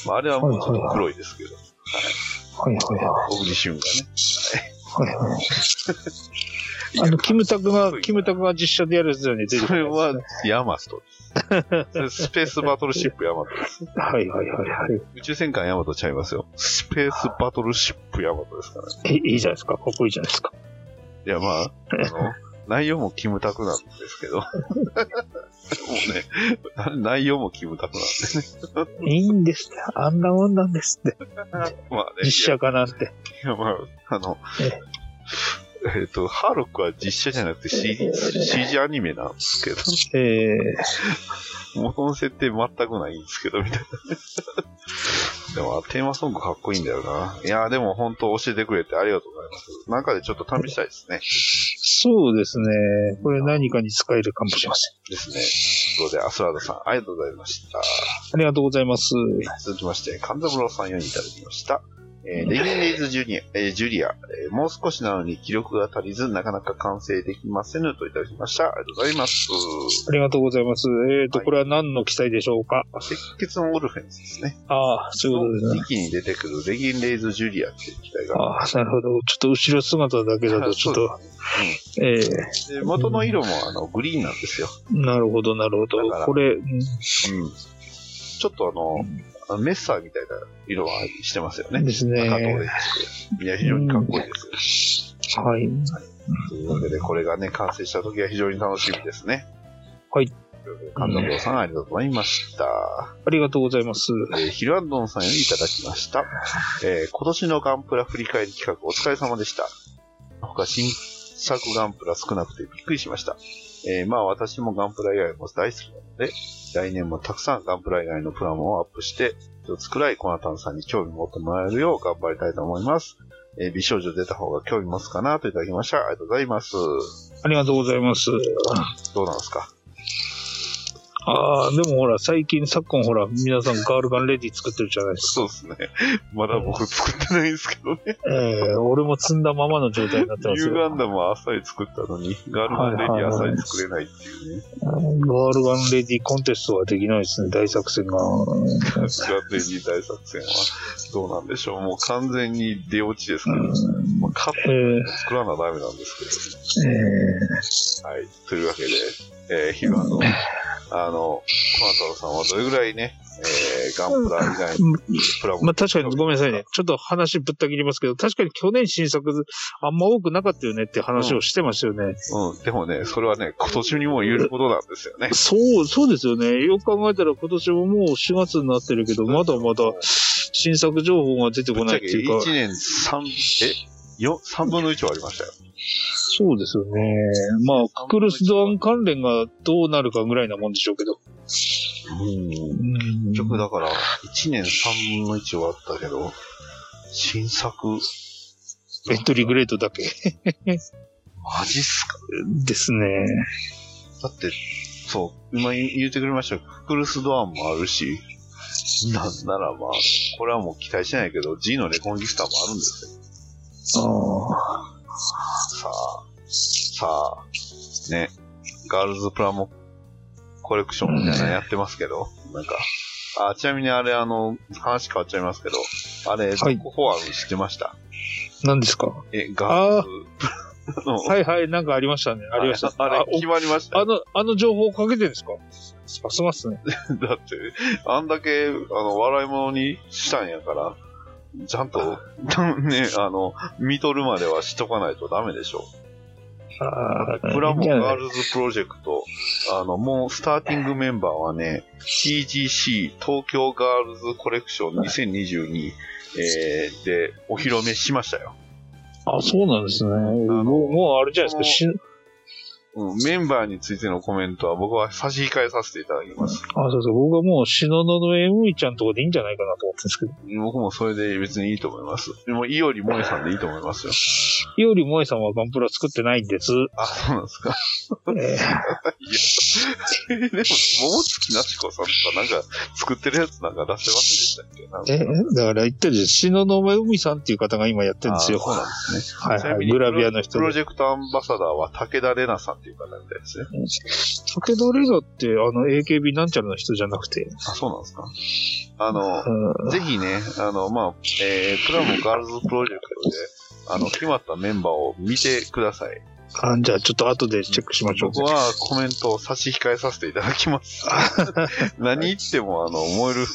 まあ、あれはもうちょっと黒いですけど。 はいはいはい。 小栗旬がね。 はいはいはい。あの、キムタクが、キムタクが実写でやるやつだよね、出てくる、ね。 それはヤマトです。スペースバトルシップヤマトです。 はいはいはいはい。 宇宙戦艦ヤマトちゃいますよ。スペースバトルシップヤマトですからね。 え、いいじゃないですか。かっこいいじゃないですか。 いや、まあ、あの、内容もキムタクなんですけど。もうね、内容もキムタクなんでね。いいんですって。あんなもんなんですって。まあね。実写化なんて。 いや、まあ、あの、えっと、ハーロックは実写じゃなくて シージー, シージー アニメなんですけど。 えー、元の設定全くないんですけど、みたいな。でも、テーマソングかっこいいんだよな。いや、でも本当教えてくれてありがとうございます。なんかでちょっと試したいですね。 そうですね。これ何かに使えるかもしれません。 ですね。ということで、アスラーダさん、ありがとうございました。 ありがとうございます。 続きまして、神三郎さんよりいただきました。 えー、レギンレイズジュニア、えー、ジュリア、えー、もう少しなのに気力が足りず、なかなか完成できませぬといただきました。ありがとうございます。 ありがとうございます。えーと、 はい、 これは何の記載でしょうか？ 赤血のオルフェンスですね。 ああ、そういうことですね。 一気に出てくるレギンレイズジュリアっていう機体が。 ああ、なるほど。ちょっと後ろ姿だけだとちょっと、 うん、 ええー、で元の色もあのグリーンなんですよ。 なるほど、なるほど。これ、うん、 うん、ちょっとあの、うん、メッサーみたいな色はしてますよね。 ですね。 赤とオレンジで。いや、非常にかっこいいですよ。 うん、はい。 というわけで、これがね、完成した時は非常に楽しみですね。 はい。 神田堂さん、ありがとうございました。 ありがとうございます。 えー、ヒルアンドンさんよりいただきました。えー、今年のガンプラ振り返り企画お疲れ様でした。他新作ガンプラ少なくてびっくりしました。えー、まあ私もガンプラ以外も大好きなので、来年もたくさんガンプラ以外のプラモをアップして、一つくらいコナタンさんに興味持ってもらえるよう頑張りたいと思います。えー、美少女出た方が興味持つかなといただきました。ありがとうございます。 ありがとうございます。 どうなんですか？ ああ、でもほら、最近、昨今ほら、皆さんガールガンレディ作ってるじゃないですか。そうですね。まだ僕作ってないんですけどね。 ええー、俺も積んだままの状態になってますよ。 ニューガンダムはあっさり作ったのに、ガールガンレディあっさり作れないっていうね。 ガールガンレディコンテストはできないですね、大作戦が。ガールガンレディ大作戦はどうなんでしょう。もう完全に出落ちですから、まあ、カット作らなダメなんですけど、ね。えー、はい。というわけで、えー、ヒルアンド。あの、コナタロさんはどれぐらいね、えー、ガンプラ以外にプラモ、 まあ確かにごめんなさいね。ちょっと話ぶった切りますけど、確かに去年新作あんま多くなかったよねって話をしてましたよね。 うん。うん、でもね、それはね、今年にも言えることなんですよね。 そう、そうですよね。よく考えたら今年ももうしがつになってるけど、まだまだ新作情報が出てこないっていうか。 いちねんさん、えよ、さんぶんのいちはありましたよ。 そうですよね。まあ、ククルスドアン関連がどうなるかぐらいなもんでしょうけど。 うん。結局だから、いちねんさんぶんのいち終わったけど、新作。 エントリーグレードだけ。 マジっすか？ ですね。 だって、そう、今言ってくれましたけど、ククルスドアンもあるし、なんならまあ、これはもう期待してないけど、G のレコンギスターもあるんですよ。 ああ。 さあ、さあ、ね、ガールズプラモコレクションみたいなのやってますけど、うん、なんか、あ、ちなみにあれ、あの、話変わっちゃいますけど、あれ、はい、どこフォアル知ってました？ 何ですか？ え、ガールズの。はいはい、なんかありましたね。ありました。 あれ、決まりました。 あの、あの情報をかけてるんですか？さすがっすね。 だって、あんだけ、あの、笑い物にしたんやから、ちゃんと、ね、あの、見とるまではしとかないとダメでしょ。あプラモガールズプロジェクト、あの、もうスターティングメンバーはね、ティージーシー 東京ガールズコレクションにせんにじゅうに、えー、でお披露目しましたよ。 あ、そうなんですね。もう、もうあれじゃないですか。 うん、メンバーについてのコメントは僕は差し控えさせていただきます。 あ、そうそう。僕はもう、しのののえむいちゃんとかでいいんじゃないかなと思ってるんですけど。 僕もそれで別にいいと思います。でも、いおりもえさんでいいと思いますよ。 いおりもえさんはガンプラ作ってないんです。 あ、そうなんですか。えー、いや、でも、桃月なしこさんとかなんか作ってるやつなんか出してませんでしたっけ？ え、だから言ったじゃん。しののめさんっていう方が今やってるんですよ。 そうなんですね。 はいはい。グラビアの人で。 プロジェクトアンバサダーは武田玲奈さんっていう方みたいですね。 武田玲奈って、あの、エーケービー なんちゃらの人じゃなくて。 あ、そうなんですか。あの、ぜひね、あの、まあ、えー、プラモガールズプロジェクトで、あの、決まったメンバーを見てください。 あ、じゃあちょっと後でチェックしましょう。 僕はコメントを差し控えさせていただきます。何言っても、あの、燃える、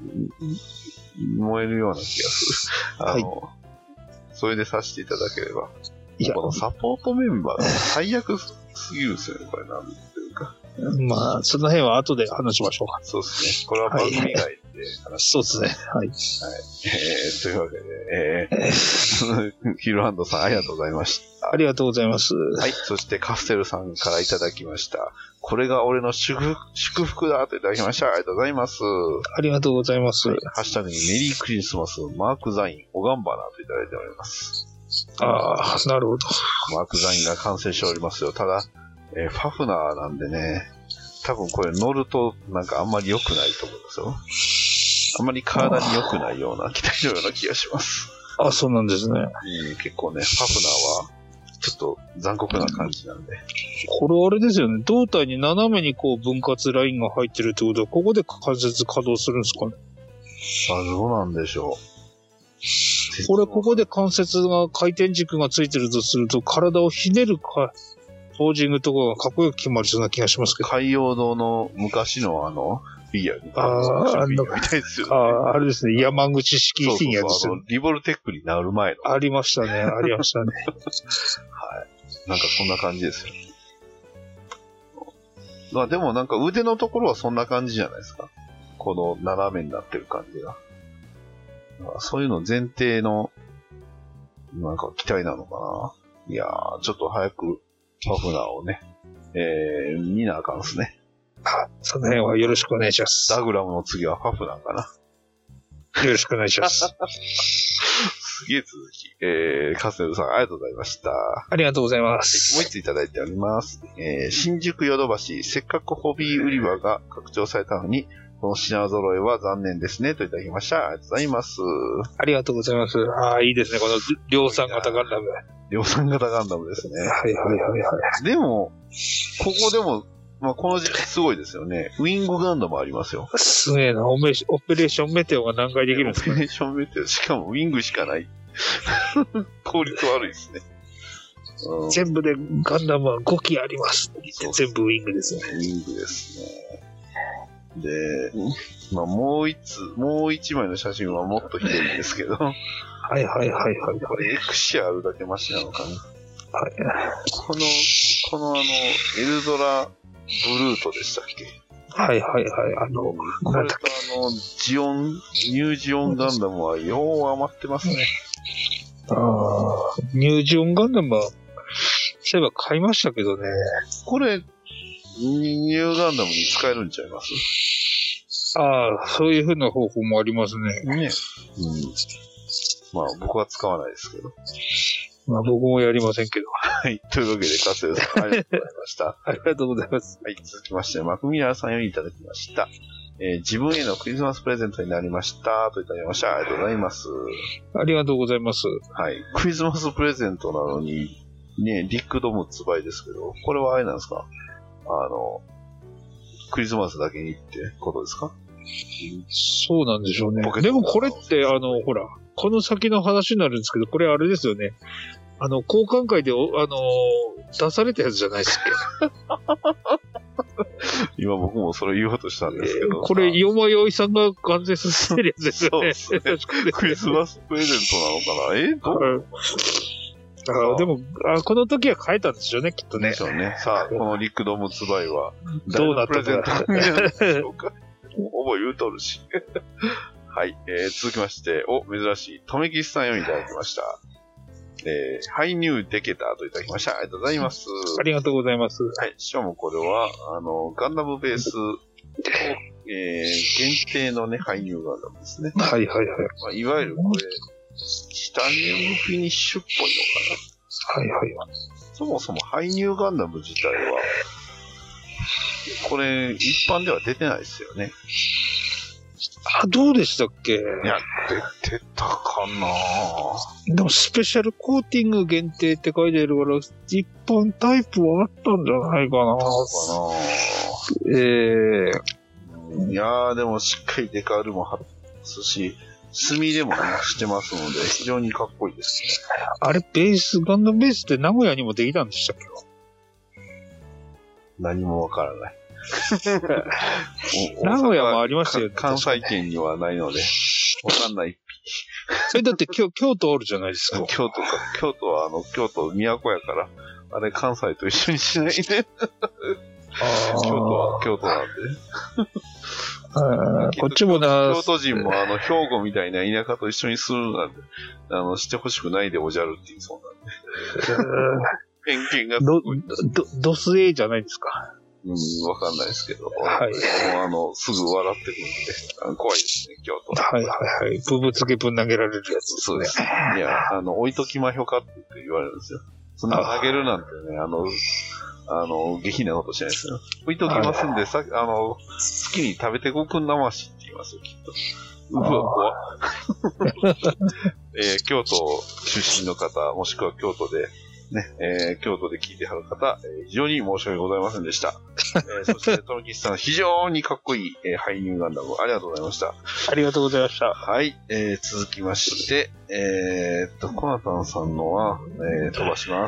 燃えるような気がする。あの、はい、それでさせていただければ。いや、このサポートメンバーが最悪すぎるんですよね、これなんていうか。 まあ、その辺は後で話しましょうか。 そうですね。これは番組外で話し、はい、そうですね。はい。はい。 えー、というわけで、えー、ヒルハンドさんありがとうございました。 ありがとうございます。 はい。そしてカステルさんからいただきました。これが俺の祝福、祝福だといただきました。ありがとうございます。 ありがとうございます。はい、 ハッシュタグにメリークリスマス、マークザイン、オガンバナといただいております。 ああ、なるほど。 マークザインが完成しておりますよ。ただ、えー、ファフナーなんでね、多分これ乗るとなんかあんまり良くないと思うんですよ。 あまり体に良くないような機体のような気がします。 あ、そうなんですね。 うん、結構ね、パフナーは、ちょっと残酷な感じなんで。 これあれですよね。胴体に斜めにこう分割ラインが入ってるってことは、ここで関節稼働するんですかね。 あ、どうなんでしょう。 これ、ここで関節が、回転軸がついてるとすると、体をひねるか、ポージングとかがかっこよく決まりそうな気がしますけど。 海洋堂の昔のあの、フィギュアに、 ああ、あの、 みたいですよね。 ああ、あれですね。山口式フィギュアですよ、ね。 そうそうそう、あの、リボルテックになる前の。 ありましたね、ありましたね。 はい。なんかそんな感じですよ。まあでもなんか腕のところはそんな感じじゃないですか。この斜めになってる感じが。そういうの前提の、なんか期待なのかな。いやー、ちょっと早くパフナーをね、えー、見なあかんですね。 あ、その辺はよろしくお願いします。 ダグラムの次はパフナーかな。 よろしくお願いします。 すげえ続き。えー、カスネルさんありがとうございました。 ありがとうございます。 もう一ついただいております。えー、新宿ヨドバシ、せっかくホビー売り場が拡張されたのに、この品揃えは残念ですね、といただきました。ありがとうございます。 ありがとうございます。ああ、いいですね。この量産型ガンダム。 量産型ガンダムですね。 はいはいはいはい。 でも、ここでも、まあ、この時期すごいですよね。ウィングガンダムありますよ。 すげえな。オペレーションメテオが何回できるんですか、 オペレーションメテオ、しかもウィングしかない。効率悪いですね。 うん、全部でガンダムはごきあります。全部ウィングですね。 ウィングですね。で、まあ、もう一つ、もう一枚の写真はもっとひどいんですけど。 はいはいはいはい。 これエクシアあるだけマシなのかな。はい。この、このあの、エルドラ、ブルートでしたっけ？ はいはいはい。あの、 これとあの、ジオン、ニュージオンガンダムはよう余ってますね。 ああ、ニュージオンガンダムは、そういえば買いましたけどね。 これ、ニューガンダムに使えるんちゃいます？ ああ、そういう風な方法もありますね。 ね。うん。まあ僕は使わないですけど。 まあ僕もやりませんけど。 はい。というわけで、カステルさん、ありがとうございました。 ありがとうございます。 はい。続きまして、マクミラーさんよりいただきました。えー、自分へのクリスマスプレゼントになりました。といただきました。ありがとうございます。 ありがとうございます。 はい。クリスマスプレゼントなのに、ね、リックドムツバイですけど、これはあれなんですか？あの、クリスマスだけにってことですか？ そうなんでしょうね。でもこれって、あの、ほら、この先の話になるんですけど、これあれですよね。あの、交換会で、あの、出されたやつじゃないですっけ？今僕もそれ言おうとしたんですけど。 えー、これ、よまよいさんが完成させてるやつですよね。 そうですね。クリスマスプレゼントなのかな？えどうあでもあ、この時は変えたんでしょうね、きっとね。 でしょうね。さあ、このリックドームツバイは、 どうなったのか。でしょうか。ほぼ言うとるし。はい、えー。続きまして、お、珍しい、とめきしさんよりいただきました。えー、ハイニューデケターといただきました。ありがとうございます。 ありがとうございます。 はい。しかもこれは、あの、ガンダムベース、えー、限定のね、ハイニューガンダムですね。 はいはいはい。 まあ、いわゆるこれ、チタニウムフィニッシュっぽいのかな。 はいはい。 そもそもハイニューガンダム自体は、これ、一般では出てないですよね。 あ、どうでしたっけ？いや、出てたかな。 でも、スペシャルコーティング限定って書いてあるから、一般タイプはあったんじゃないかな。 そうかな。 ええー。いやー、でもしっかりデカールも貼すし、墨でもね、してますので、非常にかっこいいですね。 あれ、ベース、ガンダムベースって名古屋にもできたんでしたっけ？ 何もわからない。 名古屋もありましたよね。 関西圏にはないので、わかんない。 それだって京京都おるじゃないですか。 京都か。京都はあの、京都都やから、あれ関西と一緒にしないね。あ京都は京都なんで。 こっちもな、 京都人もあの、兵庫みたいな田舎と一緒にするなんて、あの、してほしくないでおじゃるって言いそうなんで。偏見が。 ど、ど、ドスエーじゃないですか。 うん、わかんないですけど。 はい。 もうあの、すぐ笑ってくるんで、怖いですね、京都。 はいはいはい。ブブつけぶん投げられるやつですね。 そうです。いや、あの、置いときまひょかって言われるんですよ。そんな投げるなんてね、あの、あの、下品なことしないですよ。置いときますんで、さあの、好きに食べてごくんなましって言いますよ、きっと。 うわ、怖っ。えー、京都出身の方、もしくは京都で、ね、えー、京都で聞いてはる方、えー、非常に申し訳ございませんでした。えー、そして、トロキスさん、非常にかっこいい、えー、ハイニューガンダム、ありがとうございました。 ありがとうございました。 はい、えー、続きまして、えーっと、コナタンさんのは、えー、飛ばします。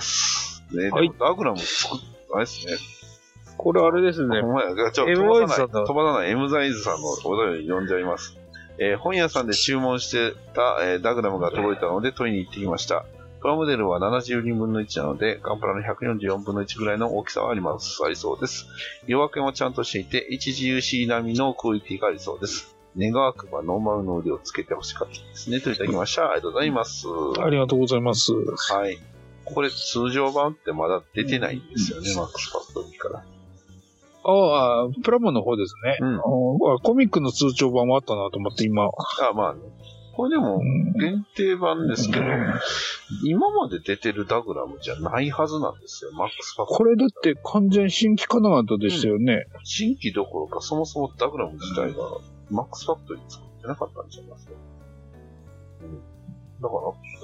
ね、はい、ダグラム作っ、あれですね。 これあれですね。 ほんまや、ちょっと飛ばさない、飛ばさない、エムザイズさんのお便り読んじゃいます。えー、本屋さんで注文してた、えー、ダグラムが届いたので取りに行ってきました。プラモデルはななじゅうにぶんのいちなので、ガンプラのひゃくよんじゅうよんぶんのいちぐらいの大きさはあります。ありそうです。色分けもちゃんとしていて、エイチジーユーシー 並みのクオリティがありそうです。願わくばノーマルの腕をつけてほしかったですね。といただきました。ありがとうございます。 ありがとうございます。 はい。これ通常版ってまだ出てないんですよね、うん、マックスファクトリーから。 ああ、プラモの方ですね。うん、コミックの通常版もあったなと思って今。 あまあね。これでも限定版ですけど、うん、今まで出てるダグラムじゃないはずなんですよ、マックスファクトリー。 これだって完全新規金型でしたよね、 うん。新規どころか、そもそもダグラム自体がマックスファクトリー作ってなかったんじゃないですか。うん、だから、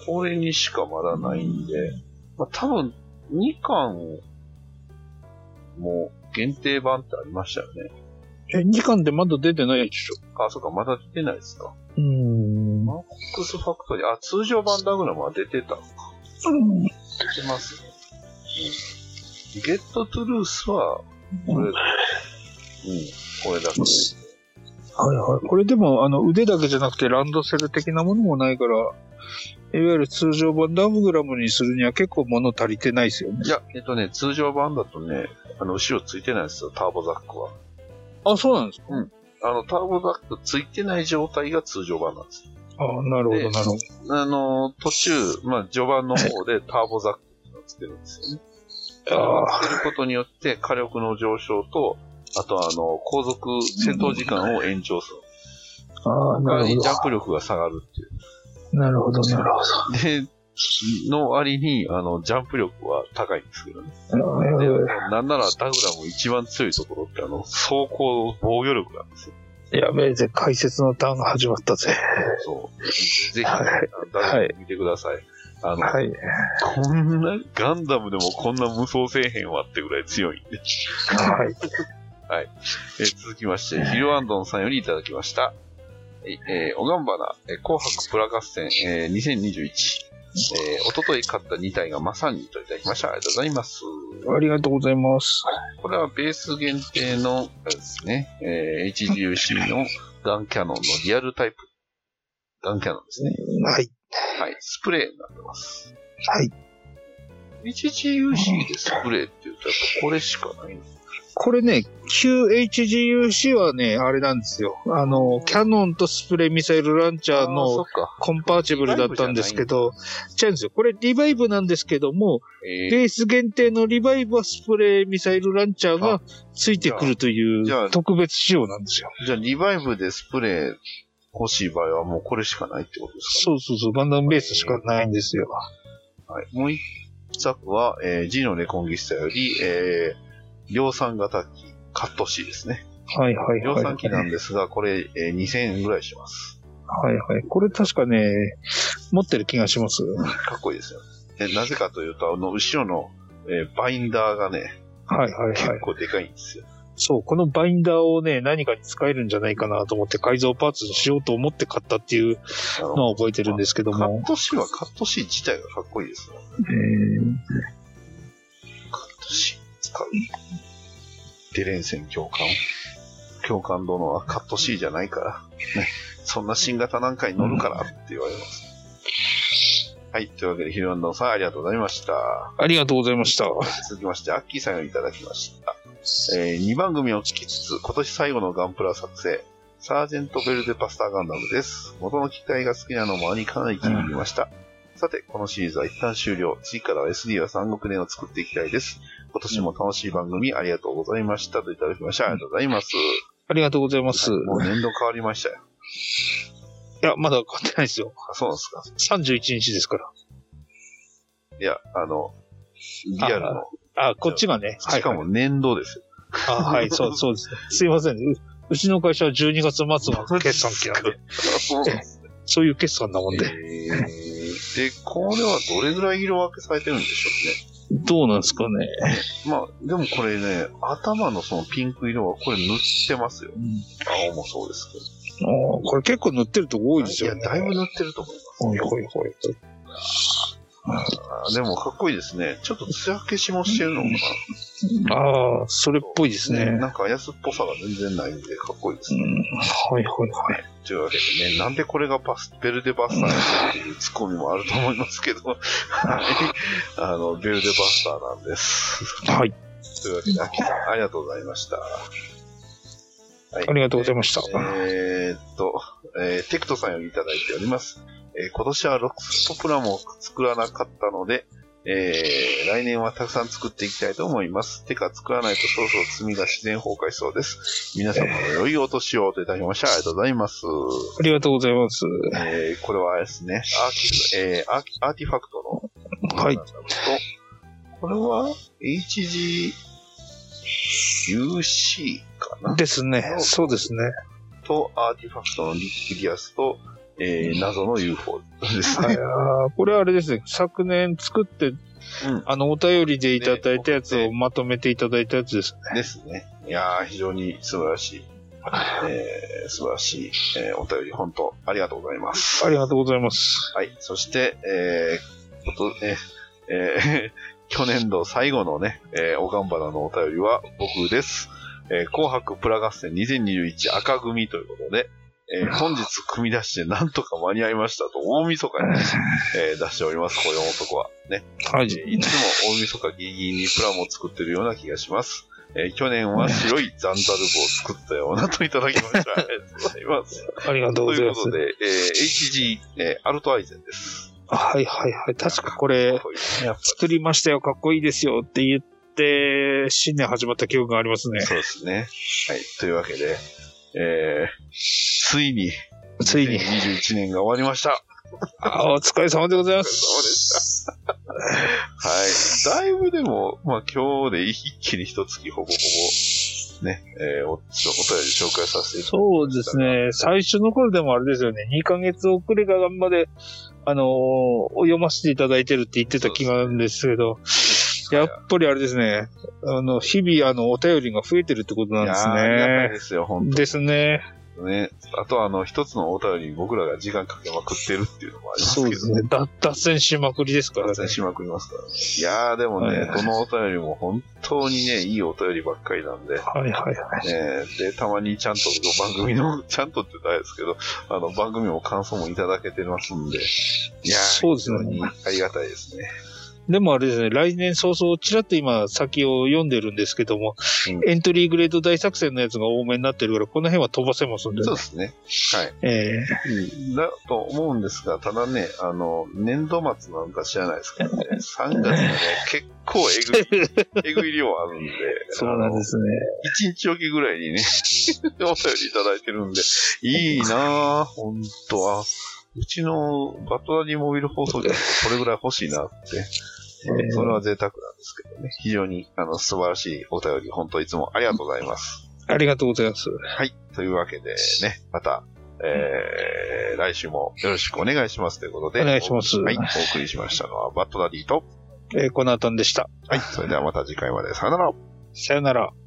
これにしかまだないんで、まあ、多分にかんも限定版ってありましたよね。 え、にかんでまだ出てないでしょ。 あ、そうか、まだ出てないですか。 うーん。 マックスファクトリー、あ、通常版ダグラムは出てたのか。うん。出てますね。うん。ゲットトゥルースは、これ、うん、うん、これだけです。 はいはい。これでも、あの、腕だけじゃなくてランドセル的なものもないから、いわゆる通常版ダグラムにするには結構物足りてないですよね。 いや、えっとね、通常版だとね、あの、後ろついてないですよ、ターボザックは。 あ、そうなんですか？ うん。あの、ターボザックついてない状態が通常版なんです。 ああ、なるほど、なるほど。あの、途中、まあ、序盤の方でターボザックっていうのをつけるんですよね。ああ。つけることによって、火力の上昇と、あとは、あの、後続、戦闘時間を延長する。 ああ、なるほど。 ジャンプ力が下がるっていう。 なるほど、なるほど。 で、の割に、あの、ジャンプ力は高いんですけどね。で、なんならダグラム一番強いところって、あの、走行防御力なんですよ。 やべえぜ、解説のターンが始まったぜ。 そう。ぜひ、はい、ダグラム見てください。はい、あの、 はい、 こんな、ガンダムでもこんな無双せえへんわってぐらい強いんで。 はい。 はい。えー、続きまして、ヒルアンドンさんよりいただきました。えー、おがんばな、えー、紅白プラ合戦、えー、にせんにじゅういち。えー、おととい買ったにたいがまさにといただきました。ありがとうございます。 ありがとうございます。 これはベース限定の、あれですね、えー、エイチジーユーシー のガンキャノンのリアルタイプ。ガンキャノンですね。 はい。 はい。スプレーになってます。 はい。 エイチジーユーシー でスプレーって言うと、やっぱこれしかないの。 これね、旧 エイチジーユーシー はね、あれなんですよ。あの、キャノンとスプレーミサイルランチャーのコンパーチブルだったんですけど、違うんですよ。これリバイブなんですけども、えー、ベース限定のリバイブはスプレーミサイルランチャーがついてくるという特別仕様なんですよ。 じゃあリバイブでスプレー欲しい場合はもうこれしかないってことですか、ね、 そうそうそう、ガンダムベースしかないんですよ。 はい。もう一作は、えー、G のレコンギスタより、えー、量産型機、カット C ですね。 はいはいはい、はい。 量産機なんですが、これ、えー、にせんえんぐらいします。 はいはい。これ確かね、持ってる気がします。 かっこいいですよ。でなぜかというと、あの、後ろの、えー、バインダーがね、 はいはいはい。 結構でかいんですよ。 そう、このバインダーをね、何かに使えるんじゃないかなと思って改造パーツにしようと思って買ったっていうのは覚えてるんですけども。 カット C はカット C 自体がかっこいいですよ。 えー、 カット C 使う。デレンセン教官。教官殿はカット C じゃないから。ね、そんな新型なんかに乗るからって言われます。はい。というわけで、ヒルアンドンさんありがとうございました。 ありがとうございました。 続きまして、アッキーさんをいただきました。えー、にばん組を聞きつつ、今年最後のガンプラ作成、サージェントベルデパスターガンダムです。元の機体が好きなのもあり、かなり気に入りました。うん、さて、このシリーズは一旦終了。次からは エスディー は三国連を作っていきたいです。今年も楽しい番組ありがとうございましたといただきました。ありがとうございます。 ありがとうございます。 もう年度変わりましたよ。 いや、まだ変わってないですよ。 あ、そうなんですか。 さんじゅういちにちですから。 いや、あの、リアルの。 あ、あこっちがね。 しかも年度ですよ。 はいはい、あ、はい、そう、そうですね。すいません。ううちの会社はじゅうにがつ末が決算期なんで。 そうなんですね。 そういう決算なもんで。 えー、で、これはどれぐらい色分けされてるんでしょうね。 どうなんですかね。 まあ、でもこれね、頭のそのピンク色はこれ塗ってますよ。うん、青もそうですけど。 ああ、これ結構塗ってるとこ多いですよね。 いや、だいぶ塗ってると思います。 ほいほいほい。 あでもかっこいいですね。ちょっと艶消しもしてるのかな。ああ、それっぽいですね。 なんか安っぽさが全然ないんでかっこいいですね。うん、 はいはいはい。 というわけでね、なんでこれがバスベルデバスターやっていうツッコミもあると思いますけど、はい。あの、ベルデバスターなんです。 はい。 というわけで、アキさん、ありがとうございました。はい、 ありがとうございました。 えー、っと、えー、テクトさんよりいただいております。えー、今年はロックストプラも作らなかったので、えー、来年はたくさん作っていきたいと思います。てか、作らないとそろそろ積みが自然崩壊しそうです。皆様の良いお年をといただきました。ありがとうございます。 ありがとうございます。 えー、これはあれですね、アーティ、えー、アーアーティファクトの、 はい。 これは エイチジーユーシー かなですね。そうですね。 と、アーティファクトのリックギアスと、えー、謎の ユーフォー ですね。 あこれはあれですね。昨年作って、うん、あの、お便りでいただいたやつをまとめていただいたやつですね。 ですね。いやー、非常に素晴らしい。えー、素晴らしい、えー、お便り、本当ありがとうございます。 ありがとうございます。 はい。そして、えー、こと、えー、えー、去年度最後のね、えー、おがんばなのお便りは僕です。えー、紅白プラ合戦にせんにじゅういち赤組ということで、えー、本日組み出してなんとか間に合いましたと大晦日に、えー、出しております、こういう男は。ね。 はい。 えー、いつも大晦日ギリギリにプラモを作ってるような気がします。えー、去年は白いザンダルブを作ったようなといただきました。ありがとうございます。 ありがとうございます。 ということで、えー、エイチジー、えー、アルトアイゼンです。 はいはいはい。確かこれ、作りましたよ、かっこいいですよって言って、新年始まった記憶がありますね。 そうですね。はい。というわけで、えー、ついに、 ついに、 にせんにじゅういちねんが終わりました。 あお疲れ様でございます。 お疲れ様でした。はい。だいぶでも、まあ今日で一気に一月ほぼほぼ、ね、えー、お、お便り紹介させていただきました。 そうですね。最初の頃でもあれですよね。にかげつ遅れがまで、あのー、読ませていただいてるって言ってた気があるんですけど、やっぱりあれですね。あの、日々あの、お便りが増えてるってことなんですね。 いやー、ありがたいですよ、本当ですね。 ね。あとはあの、一つのお便りに僕らが時間かけまくってるっていうのもありますけど、ね。 そうですね。だ脱線しまくりですからね。 脱線しまくりますからね。いやー、でもね、はい、どのお便りも本当にね、いいお便りばっかりなんで。 はいはいはい。 ね、で、たまにちゃんと番組の、ちゃんとって言ったらあれですけど、あの、番組も感想もいただけてますんで。いやー、 そうですね。 ありがたいですね。 でもあれですね、来年早々、ちらっと今先を読んでるんですけども、うん、エントリーグレード大作戦のやつが多めになってるから、この辺は飛ばせますんで、ね。 そうですね。はい。 えー、だと思うんですが、ただね、あの、年度末なんか知らないですけどね、さんがつがね、結構えぐい、えぐい量あるんで。 そうなんですね。 いちにちおきぐらいにね、お便りいただいてるんで、いいなぁ、ほんとは。うちのバトラリーモビル放送局もこれぐらい欲しいなって。それは贅沢なんですけどね。非常にあの素晴らしいお便り、本当いつもありがとうございます。 ありがとうございます。 はい。というわけでね、また、えー、来週もよろしくお願いしますということで。 お願いします。 はい。お送りしましたのはバトラリーと、 えー、コナタンでした。 はい。それではまた次回まで。さよなら。 さよなら。